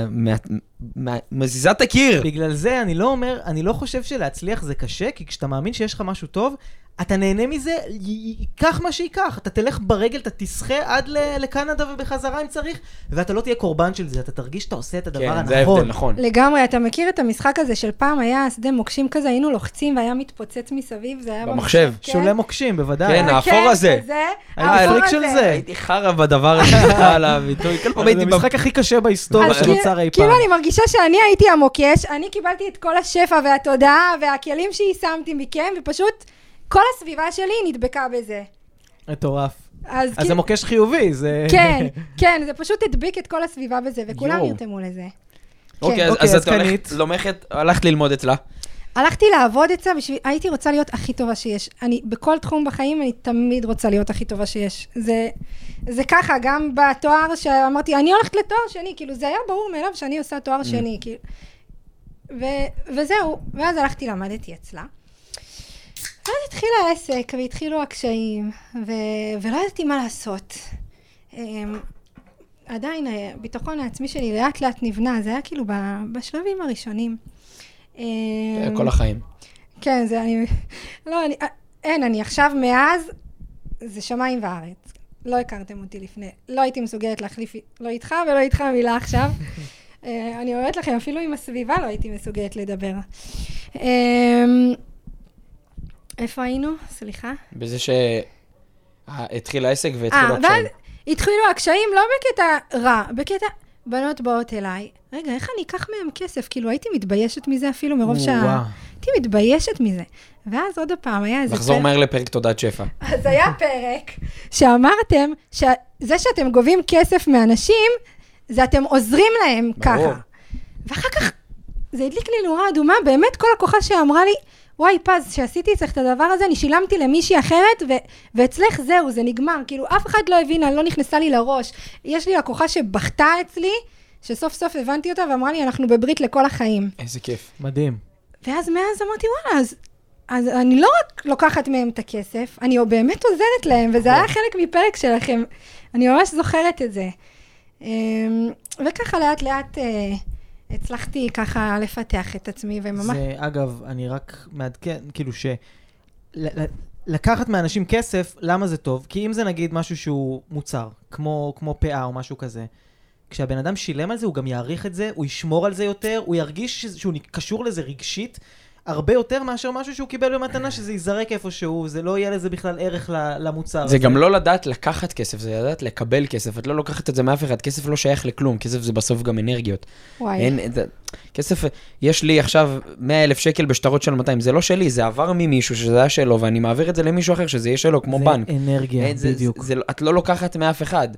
מזיזה את הקיר. בגלל זה אני לא אומר, אני לא חושב שלהצליח זה קשה, כי כשאתה מאמין שיש לך משהו טוב, אתה נהנה מזה, ייקח מה שיקח. אתה תלך ברגל, אתה תשחה עד לקנדה ובחזרה אם צריך, ואתה לא תהיה קורבן של זה, אתה תרגיש שאתה עושה את הדבר הנכון. כן, זה ההבדל, נכון. לגמרי, אתה מכיר את המשחק הזה של פעם היה שדה מוקשים כזה, היינו לוחצים והיה מתפוצץ מסביב, זה היה במחשב. שולה מוקשים, בוודאי. כן, האפור הזה. הייתי פריק של זה. הייתי חרא בדבר הזה, על הביטוי. זה המשחק הכי קשה בהיסטוריה שנוצר אי פעם. כאילו אני מרגישה שאני הייתי המוקש, אני קיבלתי את כל השפע והתודעה והכלים שהשמתי מכם, ופשוט כל הסביבה שלי נדבקה בזה. מטורף. אז זה מוקש חיובי, זה... כן, כן, זה פשוט הדביק את כל הסביבה בזה, וכולם נרתמו לזה. אוקיי, אז את הולכת, לומכת, הלכת ללמוד אצלה. הלכתי לעבוד אצלה, הייתי רוצה להיות הכי טובה שיש. אני, בכל תחום בחיים, אני תמיד רוצה להיות הכי טובה שיש. זה, זה ככה, גם בתואר שאמרתי, אני הולכת לתואר שני, כאילו, זה היה ברור מאליו שאני עושה תואר שני, כאילו. וזהו, ואז הלכתי, למדתי אצלה. ואז התחיל העסק, והתחילו הקשיים, ולא ידעתי מה לעשות. עדיין, הביטחון העצמי שלי לאט לאט נבנה, זה היה כאילו בשלבים הראשונים. כל החיים. כן, זה אני... לא, אני... אין, אני עכשיו מאז, זה שמיים וארץ. לא הכרתם אותי לפני. לא הייתי מסוגלת להחליף, לא איתך ולא איתך מילה עכשיו. אני אומרת לכם, אפילו עם הסביבה לא הייתי מסוגלת לדבר. איפה היינו? סליחה. בזה שהתחיל העסק והתחילו הקשיים. התחילו הקשיים לא בקטע רע, בקטע... בנות באות אליי, רגע, איך אני אקח מהם כסף? כאילו, הייתי מתביישת מזה אפילו מרוב שעה. הייתי מתביישת מזה. ואז עוד הפעם היה איזה... לחזור מהר לפרק תודת שפע. אז היה פרק שאמרתם שזה שאתם גובים כסף מאנשים, זה אתם עוזרים להם ככה. ואחר כך זה הדליק לי נורה אדומה, באמת כל הכוחה שאמרה לי, וואי פז, שעשיתי אצלך את הדבר הזה, אני שילמתי למישהי אחרת, ו- ואצלך זהו, זה נגמר. כאילו, אף אחד לא הבינה, לא נכנסה לי לראש. יש לי לקוחה שבכתה אצלי, שסוף סוף הבנתי אותה, ואמרה לי, אנחנו בברית לכל החיים. איזה כיף. מדהים. ואז מאז אמרתי, וואלה, אז, אז אני לא רק לוקחת מהם את הכסף, אני באמת עוזרת להם, וזה היה חלק מפרק שלכם. אני ממש זוכרת את זה. וככה לאט לאט... הצלחתי ככה לפתח את עצמי, וממש... זה, אגב, אני רק מעדכן, כאילו ש... לקחת מאנשים כסף, למה זה טוב? כי אם זה נגיד משהו שהוא מוצר, כמו, כמו פאה או משהו כזה, כשהבן אדם שילם על זה, הוא גם יעריך את זה, הוא ישמור על זה יותר, הוא ירגיש שהוא קשור לזה רגשית, הרבה יותר מאשר משהו שהוא קיבל במתנה, שזה ייזרק איפשהו, זה לא יהיה לזה בכלל ערך למוצר. זה גם לא לדעת לקחת כסף, זה לדעת לקבל כסף, את לא לוקחת את זה מאף אחד, כסף לא שייך לכלום, כסף זה בסוף גם אנרגיות. וואי. אין, כסף, יש לי עכשיו מאה אלף שקל בשטרות של מאתיים, זה לא שלי, זה עבר ממישהו שזה היה שלו, ואני מעביר את זה למישהו אחר שזה יהיה שלו, כמו בנק. זה אנרגיה, אין, בדיוק. זה, זה, את לא לוקחת מאף אחד.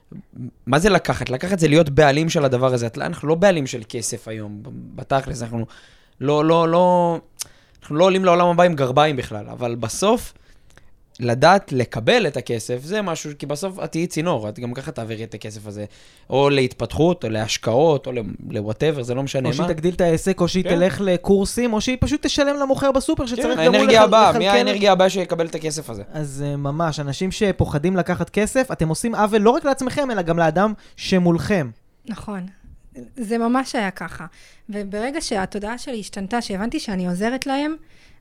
מה זה לקחת? לקחת זה להיות בעלים של הדבר הזה. אנחנו לא בעלים של כסף היום, בתכלס, אנחנו לא, לא, לא, אנחנו לא עולים לעולם הבא עם גרביים בכלל, אבל בסוף, לדעת לקבל את הכסף, זה משהו, כי בסוף את תהיי צינור, את גם ככה תעבירי את הכסף הזה, או להתפתחות, או להשקעות, או ל-whatever, זה לא משנה מה. או שהיא תגדיל את העסק, או שהיא תלך לקורסים, או שהיא פשוט תשלם למוכר בסופר, שצריך גם הוא לחלקל. האנרגיה הבאה, מי האנרגיה הבאה שיקבל את הכסף הזה? אז ממש, אנשים שפוחדים לקחת כסף, אתם עושים עוול לא רק לעצמכם, אלא גם לאדם שמולכם. נכון. זה ממש היה ככה. וברגע שהתודעה שלי השתנתה, שהבנתי שאני עוזרת להם,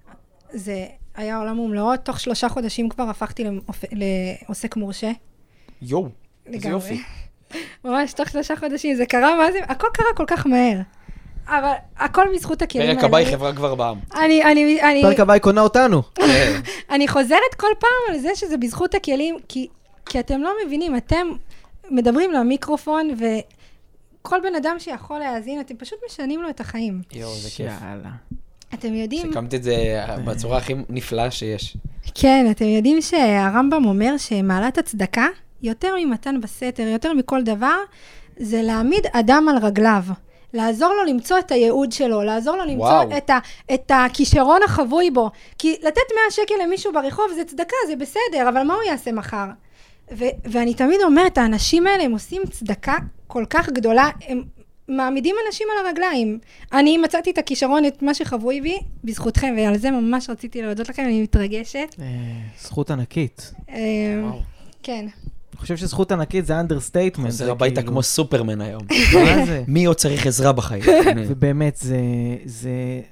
זה היה עולם ומלואו. תוך שלושה חודשים כבר הפכתי לעוסק מורשה. יואו, איזה יופי. ממש תוך שלושה חודשים. זה קרה, מה זה? הכל קרה כל כך מהר. אבל הכל בזכות הכלים האלה. פרק הבא היא חברה כבר בעם. אני, אני, אני... פרק הבא היא קונה אותנו. אני חוזרת כל פעם על זה שזה בזכות הכלים, כי, כי אתם לא מבינים, אתם מדברים למיקרופון ו... כל בן אדם שיכול להאזין, אתם פשוט משנים לו את החיים. יואו, זה כיף. אתם יודעים... סיכמת את זה בצורה הכי נפלאה שיש. כן, אתם יודעים שהרמב"ם אומר שמעלת הצדקה, יותר ממתן בסתר, יותר מכל דבר, זה להעמיד אדם על רגליו. לעזור לו למצוא את הייעוד שלו, לעזור לו למצוא את, ה, את הכישרון החבוי בו. כי לתת מאה שקל למישהו ברחוב זה צדקה, זה בסדר, אבל מה הוא יעשה מחר? ו- ואני תמיד אומרת, האנשים האלה, הם עושים צדקה כל כך גדולה, הם מעמידים אנשים על הרגליים. אני מצאתי את הכישרון, את מה שחבוי בי, בזכותכם, ועל זה ממש רציתי להודות לכם, אני מתרגשת. זכות ענקית. כן. אני חושב שזכות ענקית זה אנדרסטייטמנט. חוזר הביתה כמו סופרמן היום. מי עוד צריך עזרה בחיים? ובאמת, זה...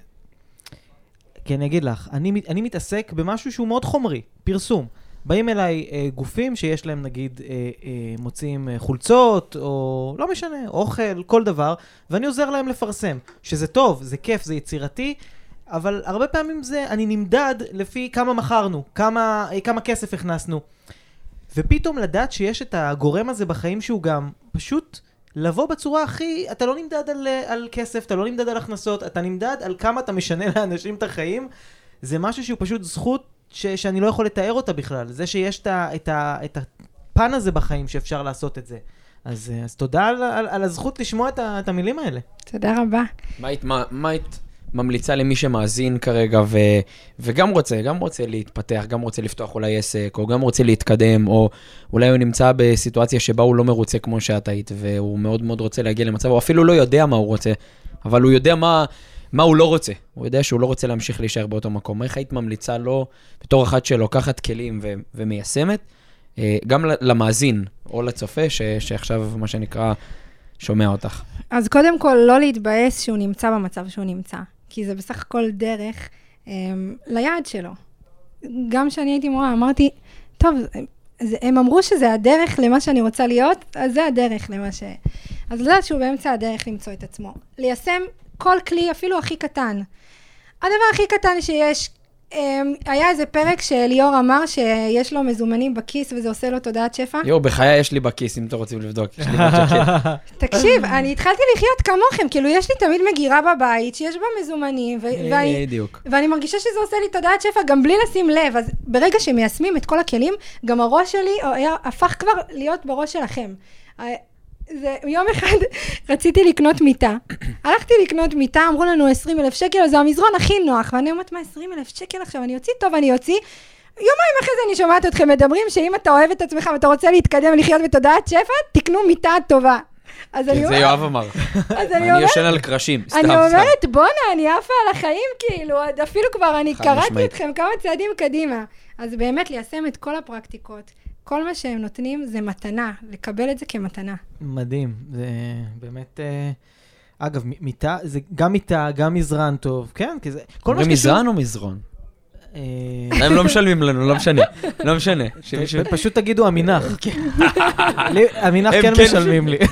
כי אני אגיד לך, אני מתעסק במשהו שהוא מאוד חומרי, פרסום. באים אליי אה, גופים שיש להם נגיד אה, אה, מוצאים אה, חולצות או לא משנה, אוכל, כל דבר, ואני עוזר להם לפרסם, שזה טוב, זה כיף, זה יצירתי, אבל הרבה פעמים זה, אני נמדד לפי כמה מכרנו, כמה, אה, כמה כסף הכנסנו, ופתאום לדעת שיש את הגורם הזה בחיים שהוא גם פשוט לבוא בצורה הכי, אתה לא נמדד על, על כסף, אתה לא נמדד על הכנסות, אתה נמדד על כמה אתה משנה לאנשים את החיים, זה משהו שהוא פשוט זכות ש, שאני לא יכול לתאר אותה בכלל. זה שיש את, ה, את, ה, את הפן הזה בחיים שאפשר לעשות את זה. אז, אז תודה על, על, על הזכות לשמוע את, ה, את המילים האלה. תודה רבה. מה היית, מה, מה היית ממליצה למי שמאזין כרגע ו, וגם רוצה, גם רוצה להתפתח, גם רוצה לפתוח אולי עסק, או גם רוצה להתקדם, או אולי הוא נמצא בסיטואציה שבה הוא לא מרוצה כמו שאת היית, והוא מאוד מאוד רוצה להגיע למצב, הוא אפילו לא יודע מה הוא רוצה, אבל הוא יודע מה... מה הוא לא רוצה. הוא יודע שהוא לא רוצה להמשיך להישאר באותו מקום. איך היית ממליצה לו, בתור אחת שלוקחת כלים ו- ומיישמת, גם למאזין או לצופה, ש- שעכשיו, מה שנקרא, שומע אותך. אז קודם כל, לא להתבאס שהוא נמצא במצב שהוא נמצא. כי זה בסך הכל דרך um, ליעד שלו. גם כשאני הייתי מורה, אמרתי, טוב, זה, הם אמרו שזה הדרך למה שאני רוצה להיות, אז זה הדרך למה ש... אז לדעת שהוא באמצע הדרך למצוא את עצמו. ליישם כל כלי, אפילו הכי קטן. הדבר הכי קטן שיש, היה איזה פרק שליאור אמר שיש לו מזומנים בכיס, וזה עושה לו תודעת שפע. יו, בחיי יש לי בכיס, אם אתם רוצים לבדוק. יש לי בצ'קט. תקשיב, אני התחלתי לחיות כמוכם, כאילו יש לי תמיד מגירה בבית, שיש בה מזומנים, ואני מרגישה שזה עושה לי תודעת שפע, גם בלי לשים לב. אז ברגע שמיישמים את כל הכלים, גם הראש שלי הפך כבר להיות בראש שלכם. זה, יום אחד רציתי לקנות מיטה. הלכתי לקנות מיטה, אמרו לנו עשרים אלף שקל, זה המזרון הכי נוח. ואני אומרת, מה עשרים אלף שקל עכשיו? אני יוציא טוב, אני יוציא. יומיים אחרי זה אני שומעת אתכם מדברים, שאם אתה אוהב את עצמך ואתה רוצה להתקדם ולחיות בתודעת שפע, תקנו מיטה טובה. זה יואב אמר. אני יושן על קרשים. אני אומרת, בונה, אני עפה על החיים, כאילו, אפילו כבר אני קראתי אתכם כמה צעדים קדימה. אז באמת ליישם את כל הפרקטיקות. כל מה שהם נותנים זה מתנה, לקבל את זה כמתנה. מדהים, זה באמת... אגב, מיטה, זה גם מיטה, גם מזרן טוב, כן? זה מזרן או מזרון? הם לא משלמים לנו, לא משנה. לא משנה. פשוט תגידו המינח. המינח כן משלמים לי.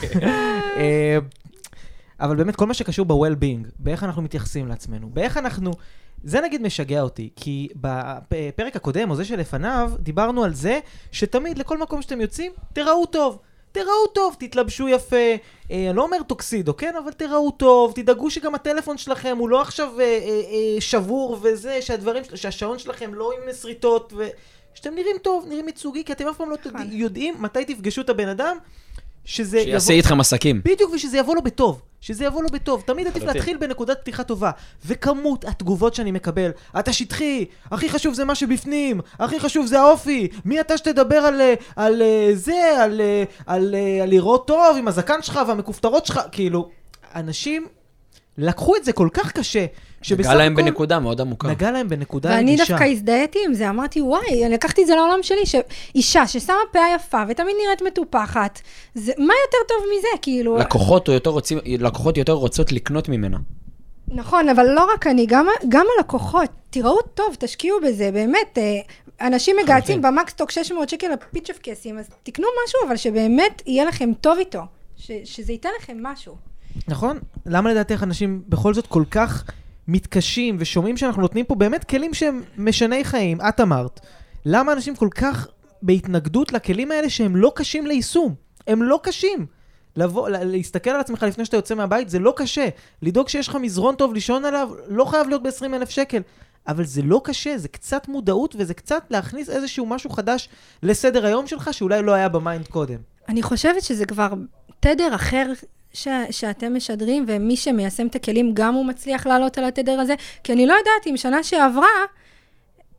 אבל באמת, כל מה שקשור ב-well-being, באיך אנחנו מתייחסים לעצמנו, באיך אנחנו... זה נגיד משגע אותי, כי בפרק הקודם, או זה שלפניו, דיברנו על זה שתמיד לכל מקום שאתם יוצאים, תראו טוב. תראו טוב, תתלבשו יפה, אה, אני לא אומר טוקסידו, כן? אבל תראו טוב, תדאגו שגם הטלפון שלכם הוא לא עכשיו אה, אה, שבור וזה, שהדברים, שהשעון שלכם לא עם סריטות, ושאתם נראים טוב, נראים ייצוגי, כי אתם אף פעם לא יודעים מתי תפגשו את הבן אדם, שזה שיעשה איתכם עסקים. בדיוק, ושזה יבוא לו בטוב. שזה יבוא לו בטוב. תמיד עדיף להתחיל בנקודת פתיחה טובה. וכמות התגובות שאני מקבל, אתה שטחי, הכי חשוב זה מה שבפנים, הכי חשוב זה האופי, מי אתה שתדבר על, על זה, על, על, על לראות טוב עם הזקן שלך והמכופתרות שלך, כאילו, אנשים לקחו את זה כל כך קשה, נגע להם כל... בנקודה מאוד עמוקה. נגע להם בנקודה ואני רגישה. דווקא הזדהיתי עם זה, אמרתי, וואי, אני לקחתי את זה לעולם שלי, שאישה ששמה פאה יפה ותמיד נראית מטופחת, זה, מה יותר טוב מזה, כאילו... לקוחות יותר, רוצים, לקוחות יותר רוצות לקנות ממנה. נכון, אבל לא רק אני, גם, גם הלקוחות, תראו טוב, תשקיעו בזה, באמת, אנשים מגעצים במקסטוק שש מאות שקל לפיצ'ף קסים, אז תקנו משהו, אבל שבאמת יהיה לכם טוב איתו, ש, שזה ייתן לכם משהו. נכון? למה לדעתך אנשים בכל זאת כל כך מתקשים ושומעים שאנחנו נותנים פה באמת כלים שהם משני חיים, את אמרת. למה אנשים כל כך בהתנגדות לכלים האלה שהם לא קשים ליישום? הם לא קשים. לבוא, להסתכל על עצמך לפני שאתה יוצא מהבית, זה לא קשה. לדאוג שיש לך מזרון טוב לישון עליו, לא חייב להיות ב-עשרים אלף שקל. אבל זה לא קשה, זה קצת מודעות וזה קצת להכניס איזשהו משהו חדש לסדר היום שלך שאולי לא היה במיינד קודם. אני חושבת שזה כבר תדר אחר ש- שאתם משדרים, ומי שמיישם את הכלים גם הוא מצליח לעלות על התדר הזה, כי אני לא יודעת אם שנה שעברה,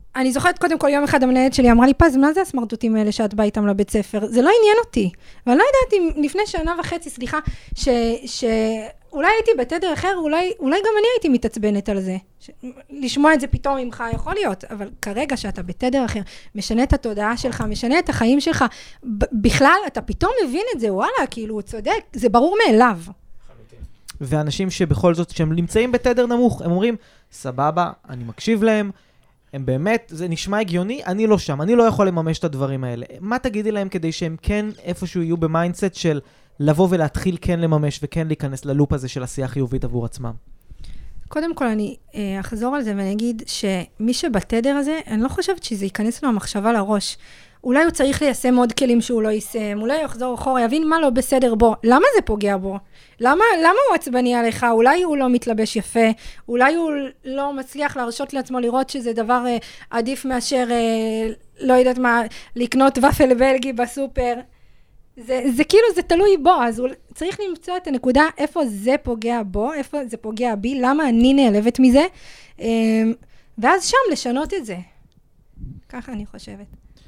אני זוכרת קודם כל יום אחד המנהלת שלי אמרה לי, פז, מה זה הסמרטוטים האלה שאת באה איתם לבית ספר? זה לא עניין אותי. ואני לא יודעת אם לפני שנה וחצי, סליחה, ש, שאולי הייתי בתדר אחר, אולי, אולי גם אני הייתי מתעצבנת על זה. ש, לשמוע את זה פתאום ממך יכול להיות, אבל כרגע שאתה בתדר אחר, משנה את התודעה שלך, משנה את החיים שלך, בכלל אתה פתאום מבין את זה, וואלה, כאילו הוא צודק, זה ברור מאליו. ואנשים שבכל זאת, שהם נמצאים בתדר נמוך, הם אומרים, סבבה, אני מקשיב להם, הם באמת, זה נשמע הגיוני, אני לא שם, אני לא יכול לממש את הדברים האלה. מה תגידי להם כדי שהם כן איפשהו יהיו במיינדסט של לבוא ולהתחיל כן לממש וכן להיכנס ללופ הזה של עשייה חיובית עבור עצמם? קודם כל אני אחזור על זה ואני אגיד שמי שבתדר הזה, אני לא חושבת שזה ייכנס לו המחשבה לראש. אולי הוא צריך ליישם עוד כלים שהוא לא יישם, אולי הוא יחזור אחורה, יבין מה לא בסדר בו. למה זה פוגע בו? למה, למה הוא עצבני עליך? אולי הוא לא מתלבש יפה, אולי הוא לא מצליח להרשות לעצמו לראות שזה דבר אה, עדיף מאשר, אה, לא יודעת מה, לקנות ופל בלגי בסופר. זה, זה כאילו, זה תלוי בו, אז הוא צריך למצוא את הנקודה, איפה זה פוגע בו, איפה זה פוגע בי, למה אני נעלבת מזה, אה, ואז שם לשנות את זה. ככה אני חושבת.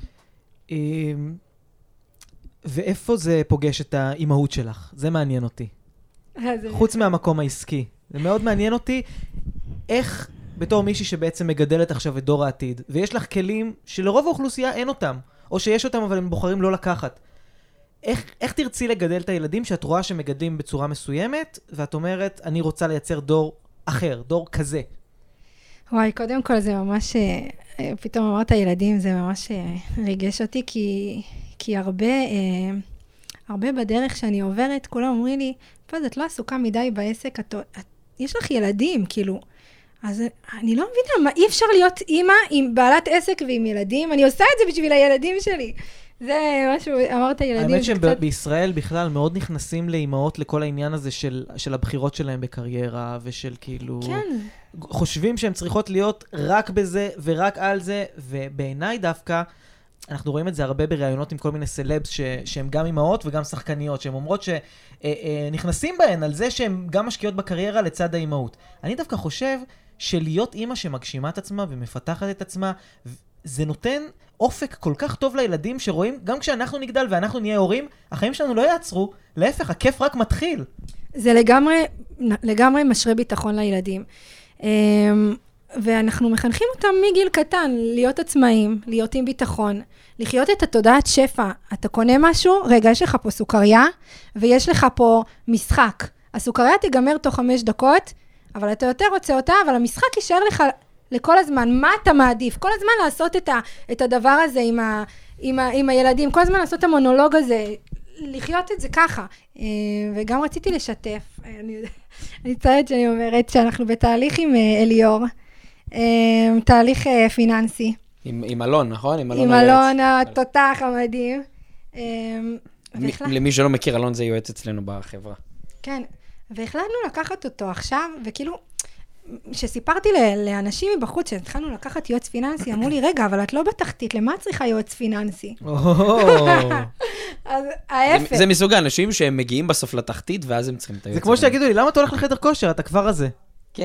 ואיפה זה פוגש את האימהות שלך? זה מעניין אותי. חוץ מהמקום העסקי. זה מאוד מעניין אותי איך בתור מישהי שבעצם מגדלת עכשיו את דור העתיד, ויש לך כלים שלרוב האוכלוסייה אין אותם, או שיש אותם אבל הם בוחרים לא לקחת. איך, איך תרצי לגדל את הילדים שאת רואה שמגדלים בצורה מסוימת, ואת אומרת, אני רוצה לייצר דור אחר, דור כזה? וואי, קודם כל זה ממש, פתאום אמרת ילדים, זה ממש ריגש אותי, כי, כי הרבה, הרבה בדרך שאני עוברת, כולם אומרים לי, פז, את לא עסוקה מדי בעסק, את, את, יש לך ילדים, כאילו, אז אני לא מבינה, מה, אי אפשר להיות אימא עם בעלת עסק ועם ילדים, אני עושה את זה בשביל הילדים שלי. זה משהו, אמרת ילדים. האמת שבישראל בכלל מאוד נכנסים לאימהות לכל העניין הזה של, של הבחירות שלהם בקריירה, ושל כאילו... כן. חושבים שהן צריכות להיות רק בזה ורק על זה, ובעיניי דווקא, אנחנו רואים את זה הרבה בראיונות עם כל מיני סלבס, ש, שהן גם אימהות וגם שחקניות, שהן אומרות שנכנסים בהן על זה שהן גם משקיעות בקריירה לצד האימהות. אני דווקא חושב שלהיות אימא שמגשימה את עצמה ומפתחת את עצמה, זה נותן אופק כל כך טוב לילדים שרואים, גם כשאנחנו נגדל ואנחנו נהיה הורים, החיים שלנו לא יעצרו, להפך, הכיף רק מתחיל. זה לגמרי, לגמרי משרה ביטחון לילדים. ואנחנו מחנכים אותם מגיל קטן, להיות עצמאים, להיות עם ביטחון, לחיות את התודעת שפע. אתה קונה משהו, רגע, יש לך פה סוכריה, ויש לך פה משחק. הסוכריה תיגמר תוך חמש דקות, אבל אתה יותר רוצה אותה, אבל המשחק יישאר לך לכל הזמן. מה אתה מעדיף? כל הזמן לעשות את, ה, את הדבר הזה עם, ה, עם, ה, עם הילדים, כל הזמן לעשות את המונולוג הזה, לחיות את זה ככה. וגם רציתי לשתף, אני, אני ציינת שאני אומרת שאנחנו בתהליך עם אליאור, תהליך פיננסי. עם, עם אלון, נכון? עם אלון, עם אלון התותח המדהים. למי שלא מכיר, אלון זה יועץ אצלנו בחברה. כן, והחלטנו לקחת אותו עכשיו, וכאילו, שסיפרתי לאנשים מבחוץ שהתחלנו לקחת יועץ פיננסי, אמרו לי, רגע, אבל את לא בתחתית, למה צריכה יועץ פיננסי? אז ההפך. זה מסוג האנשים שהם מגיעים בסוף לתחתית, ואז הם צריכים את היועץ. זה כמו שיגידו לי, למה אתה הולך לחדר כושר? אתה כבר הזה. כן.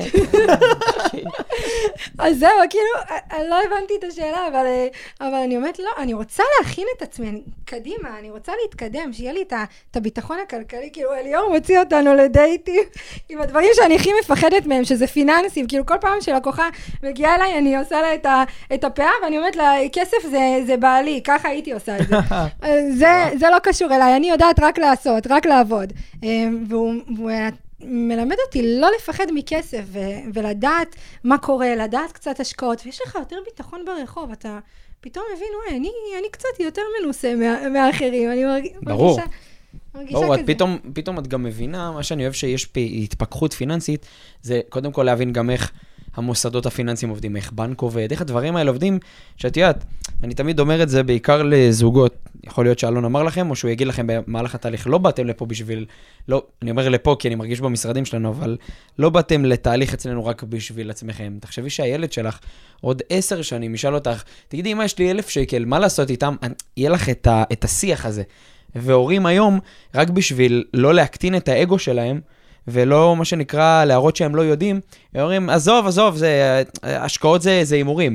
אז זהו, כאילו, אני לא הבנתי את השאלה, אבל, אבל אני אומרת, לא, אני רוצה להכין את עצמי, קדימה, אני רוצה להתקדם, שיהיה לי את הביטחון הכלכלי, כאילו, אליאור מוציא אותנו לדייטים, עם הדברים שאני הכי מפחדת מהם, שזה פיננסים, כאילו, כל פעם שלקוחה מגיעה אליי, אני עושה לה את, ה, את הפאה, ואני אומרת לה, כסף זה, זה בעלי, ככה הייתי עושה את זה. זה, זה לא קשור אליי, אני יודעת רק לעשות, רק לעבוד. והוא, והוא מלמד אותי לא לפחד מכסף, ו- ולדעת מה קורה, לדעת קצת השקעות, ויש לך יותר ביטחון ברחוב, אתה פתאום מבין, וואי, אני, אני קצת יותר מנוסה מה, מהאחרים, אני מרג... ברור. מרגישה, מרגישה ברור, כזה. את פתאום, פתאום את גם מבינה, מה שאני אוהב שיש התפקחות פיננסית, זה קודם כל להבין גם איך המוסדות הפיננסיים עובדים, איך בנק עובד, איך הדברים האלה עובדים, שאת יודעת, אני תמיד אומר את זה בעיקר לזוגות, יכול להיות שאלון אמר לכם, או שהוא יגיד לכם במהלך התהליך, לא באתם לפה בשביל, לא, אני אומר לפה כי אני מרגיש במשרדים שלנו, אבל לא באתם לתהליך אצלנו רק בשביל עצמכם. תחשבי שהילד שלך עוד עשר שנים ישאל אותך, תגידי, אמא, יש לי אלף שקל, מה לעשות איתם? יהיה לך את, ה, את השיח הזה. והורים היום, רק בשביל לא להקטין את האגו שלהם, ולא מה שנקרא להראות שהם לא יודעים, הם אומרים, עזוב, עזוב, זה, השקעות זה, זה אימורים.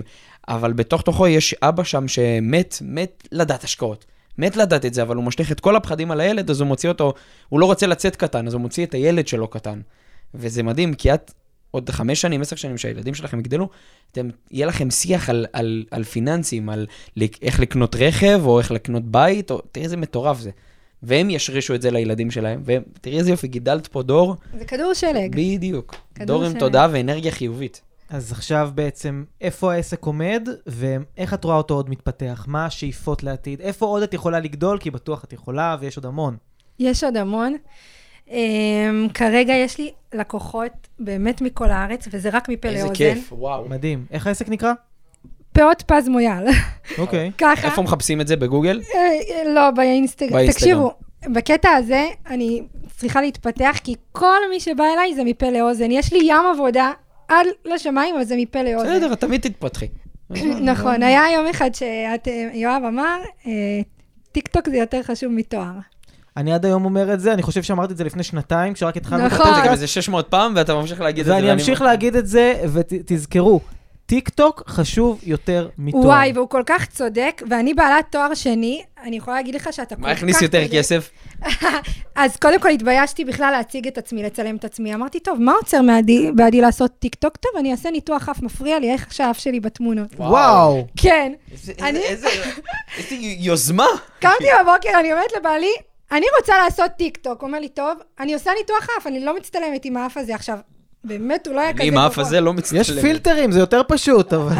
אבל בתוך תוכו יש אבא שם שמת, מת לדעת השקעות. מת לדעת את זה, אבל הוא משליך את כל הפחדים על הילד, אז הוא מוציא אותו, הוא לא רוצה לצאת קטן, אז הוא מוציא את הילד שלו קטן. וזה מדהים, כי את עוד חמש שנים, עשר שנים שהילדים שלכם יגדלו, אתם, יהיה לכם שיח על, על, על פיננסים, על איך לקנות רכב, או איך לקנות בית, או תראי איזה מטורף זה. והם ישרישו את זה לילדים שלהם, ותראי איזה יופי, גידלת פה דור. זה כדור שלג. בדיוק. דור עם תודעה ואנרגיה חיובית. אז עכשיו בעצם, איפה העסק עומד, ואיך את רואה אותו עוד מתפתח? מה השאיפות לעתיד? איפה עוד את יכולה לגדול? כי בטוח את יכולה, ויש עוד המון. יש עוד המון. Um, כרגע יש לי לקוחות באמת מכל הארץ, וזה רק מפה לאוזן. איזה כיף, וואו. מדהים. איך העסק נקרא? פאות פז מויאל. אוקיי. ככה. איפה מחפשים את זה? בגוגל? לא, באינסטגרם. באינסטגרם. תקשיבו, בקטע הזה אני צריכה להתפתח, כי כל מי שבא אליי זה מפה לאוזן. יש לי ים עבודה עד לשמיים, אבל זה מפה לאוזן. בסדר, תמיד תתפתחי. נכון, היה יום אחד שאת, יואב אמר, טיק טוק זה יותר חשוב מתואר. אני עד היום אומר את זה, אני חושב שאמרתי את זה לפני שנתיים, כשרק התחלנו... נכון. זה גם איזה שש מאות פעם, ואתה ממשיך להגיד את זה. ואני אמשיך להגיד את זה, ותזכרו, טיק טוק חשוב יותר מתואר. וואי, והוא כל כך צודק, ואני בעלת תואר שני, אני יכולה להגיד לך שאתה כל כך... מה הכניס יותר כסף? אז קודם כל התביישתי בכלל להציג את עצמי, לצלם את עצמי. אמרתי, טוב, מה עוצר בעדי לעשות טיק טוק? טוב, אני אעשה ניתוח אף מפריע לי, איך שהאף שלי בתמונות. וואו. כן. איזה יוזמה. קמתי בבוקר, אני אומרת לבעלי, אני רוצה לעשות טיק טוק. הוא אומר לי, טוב, אני עושה ניתוח אף, אני לא מצטלמת עם האף הזה עכשיו. באמת, הוא לא היה כזה... עם האף הזה לא מצטלמת. יש פילטרים, זה יותר פשוט, אבל...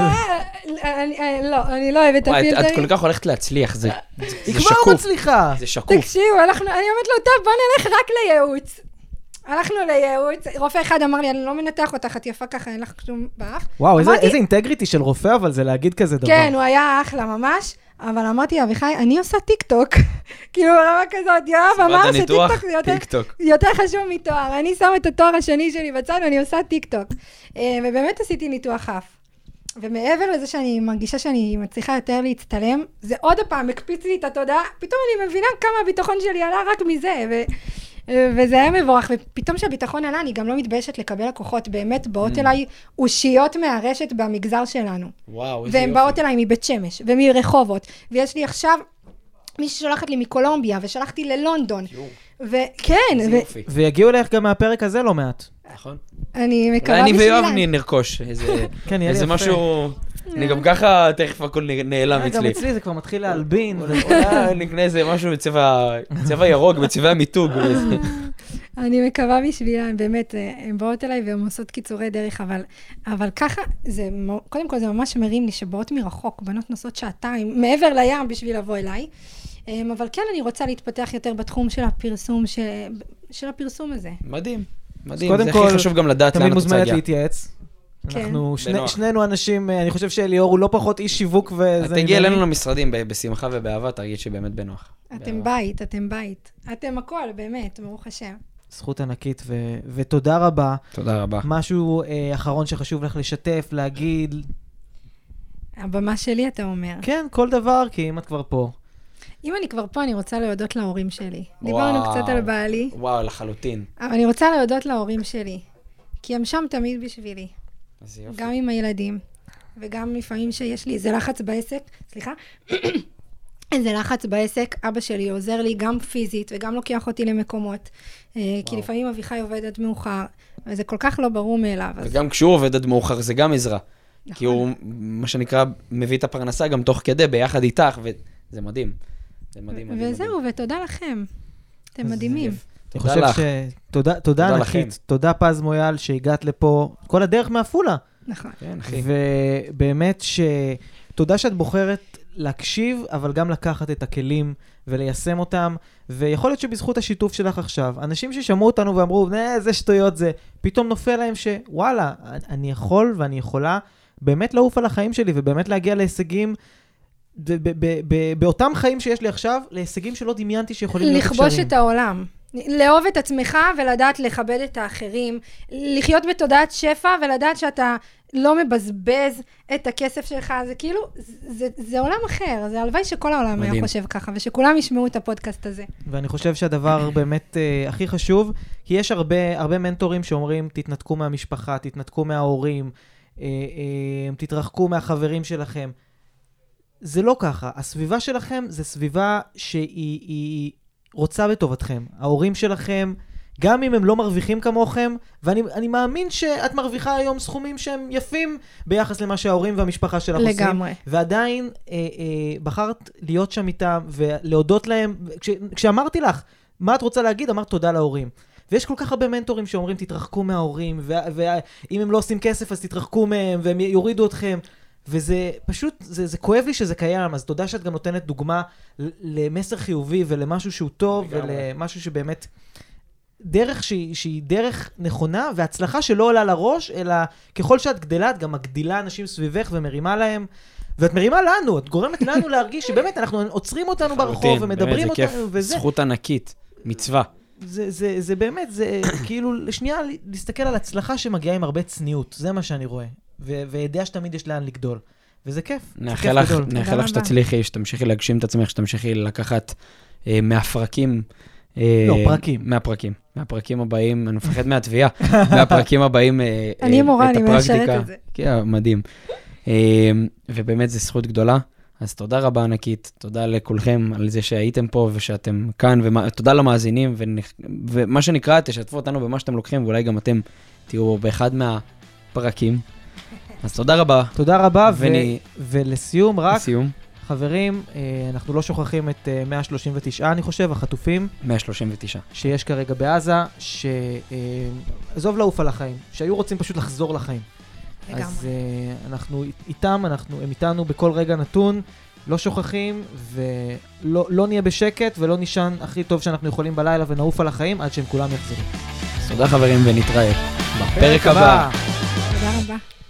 לא, אני לא אוהבת את הפילטרים. את כל כך הולכת להצליח, זה שקוף. היא כבר מצליחה. זה שקוף. תקשיבו, אני אומרת לו, טוב, בוא נלך רק לייעוץ. הלכנו לייעוץ, רופא אחד אמר לי, אני לא מנתח אותך, את יפה ככה, אין לך שום באף. וואו, איזה אינטגריטי של רופא, אבל זה להגיד כזה דבר. כן, הוא היה אחלה ממש, אבל אמרתי, אביחי, אני עושה טיק טוק. כאילו, ברמה כזאת, יואב אמר שטיק טוק זה יותר חשוב מתואר. אני שם את התואר השני שלי בצד, ואני עושה טיק טוק. ובאמת עשיתי ניתוח אף. ומעבר לזה שאני מרגישה שאני מצליחה יותר להצטלם, זה עוד הפעם הקפיץ לי את התודעה, פתאום אני מבינה כמה הביטחון שלי עלה רק מזה, ו... וזה היה מבורך, ופתאום שהביטחון עלה, אני גם לא מתביישת לקבל לקוחות, באמת באות אליי אושיות מהרשת במגזר שלנו. וואו, איזה יופי. והן באות אליי מבית שמש, ומרחובות, ויש לי עכשיו מישהו שולחת לי מקולומביה, ושלחתי ללונדון. וכן. ויגיעו אליך גם מהפרק הזה לא מעט. נכון. אני מקווה בשבילם. בשבילם. אני ויואב נרכוש איזה משהו... אני גם ככה תכף הכל נעלם אצלי. גם אצלי זה כבר מתחיל להלבין. אולי נקנה איזה משהו בצבע ירוק, בצבע המיתוג. אני מקווה בשבילם, באמת, הן באות אליי והן עושות קיצורי דרך, אבל ככה, קודם כל זה ממש מרים לי שבאות מרחוק, בנות נוסעות שעתיים, מעבר לים בשביל לבוא אליי, אבל כן אני רוצה להתפתח יותר בתחום של הפרסום, של הפרסום הזה. מדהים, מדהים. זה הכי חשוב גם לדעת לאן את רוצה תמיד מוזמנת להתייעץ. אנחנו שנינו אנשים, אני חושב שאליאור הוא לא פחות איש שיווק וזה... תגיע אלינו למשרדים בשמחה ובאהבה, תרגיש שבאמת בנוח. אתם בית, אתם בית. אתם הכל, באמת, ברוך השם. זכות ענקית ותודה רבה. תודה רבה. משהו אחרון שחשוב לך לשתף, להגיד... הבמה שלי אתה אומר. כן, כל דבר, כי אם את כבר פה. אם אני כבר פה, אני רוצה להודות להורים שלי. דיברנו קצת על בעלי. וואו, לחלוטין. אבל אני רוצה להודות להורים שלי, כי הם שם תמיד בשבילי. גם עם הילדים, וגם לפעמים שיש לי איזה לחץ בעסק, סליחה, איזה לחץ בעסק, אבא שלי עוזר לי גם פיזית, וגם לוקח אותי למקומות, כי לפעמים אביחי עובד עד מאוחר, וזה כל כך לא ברור מאליו. וגם כשהוא עובד עד מאוחר, זה גם עזרה. כי הוא, מה שנקרא, מביא את הפרנסה גם תוך כדי, ביחד איתך, וזה מדהים. זה מדהים, מדהים. וזהו, ותודה לכם. אתם מדהימים. אני חושב שתודה, תודה ענקית, תודה פז מויאל שהגעת לפה, כל הדרך מאפולה. נכון. ובאמת שתודה שאת בוחרת להקשיב, אבל גם לקחת את הכלים וליישם אותם, ויכול להיות שבזכות השיתוף שלך עכשיו, אנשים ששמעו אותנו ואמרו, זה שטויות זה, פתאום נופל להם שוואלה, אני יכול ואני יכולה באמת לעוף על החיים שלי, ובאמת להגיע להישגים, באותם חיים שיש לי עכשיו, להישגים שלא דמיינתי שיכולים להיות אפשריים. לכבוש את העולם. לאהוב את עצמך ולדעת לכבד את האחרים, לחיות בתודעת שפע ולדעת שאתה לא מבזבז את הכסף שלך, זה כאילו, זה, זה עולם אחר, זה הלוואי שכל העולם מדהים. היה חושב ככה, ושכולם ישמעו את הפודקאסט הזה. ואני חושב שהדבר באמת uh, הכי חשוב, כי יש הרבה, הרבה מנטורים שאומרים, תתנתקו מהמשפחה, תתנתקו מההורים, אה, אה, תתרחקו מהחברים שלכם. זה לא ככה. הסביבה שלכם זה סביבה שהיא היא רוצה בטובתכם. ההורים שלכם, גם אם הם לא מרוויחים כמוכם, ואני אני מאמין שאת מרוויחה היום סכומים שהם יפים ביחס למה שההורים והמשפחה שלך עושים. לגמרי. ועדיין אה, אה, בחרת להיות שם איתם ולהודות להם. כש, כשאמרתי לך, מה את רוצה להגיד? אמרת תודה להורים. ויש כל כך הרבה מנטורים שאומרים, תתרחקו מההורים, ואם הם לא עושים כסף, אז תתרחקו מהם, והם יורידו אתכם. וזה פשוט, זה, זה כואב לי שזה קיים, אז תודה שאת גם נותנת דוגמה למסר חיובי, ולמשהו שהוא טוב, ולמשהו שבאמת, דרך שהיא, שהיא דרך נכונה, והצלחה שלא עולה לראש, אלא ככל שאת גדלה, את גם מגדילה אנשים סביבך ומרימה להם, ואת מרימה לנו, את גורמת לנו להרגיש שבאמת אנחנו עוצרים אותנו ברחוב, ומדברים אותנו, וזה... זכות ענקית, מצווה. זה, זה, זה באמת, זה כאילו, לשנייה, להסתכל על הצלחה שמגיעה עם הרבה צניעות, זה מה שאני רואה. וידע שתמיד יש לאן לגדול. וזה כיף. נאחל לך, נאחל לך שתצליחי, שתמשיכי להגשים את עצמך, שתמשיכי לקחת אה, מהפרקים. אה, לא, פרקים. מהפרקים. מהפרקים הבאים, אני מפחד מהתביעה. מהפרקים הבאים אה, אני אה, מורה, את אני הפרקטיקה. מאשרת את זה. כן, מדהים. אה, ובאמת זו זכות גדולה. אז תודה רבה ענקית, תודה לכולכם על זה שהייתם פה ושאתם כאן, ותודה למאזינים, ונכ... ומה שנקרא, תשתפו אותנו במה שאתם לוקחים, ואולי גם אתם תהיו באחד מהפרקים. אז תודה רבה. תודה רבה, ואני... ו... ולסיום רק, לסיום. חברים, אנחנו לא שוכחים את מאה שלושים ותשע, אני חושב, החטופים. מאה שלושים ותשע. שיש כרגע בעזה, שעזוב לעוף על החיים, שהיו רוצים פשוט לחזור לחיים. לגמרי. אז uh, אנחנו איתם, אנחנו, הם איתנו בכל רגע נתון, לא שוכחים, ולא לא נהיה בשקט, ולא נשען הכי טוב שאנחנו יכולים בלילה, ונעוף על החיים עד שהם כולם יחזרו. תודה חברים, ונתראה בפרק הבא. תודה רבה.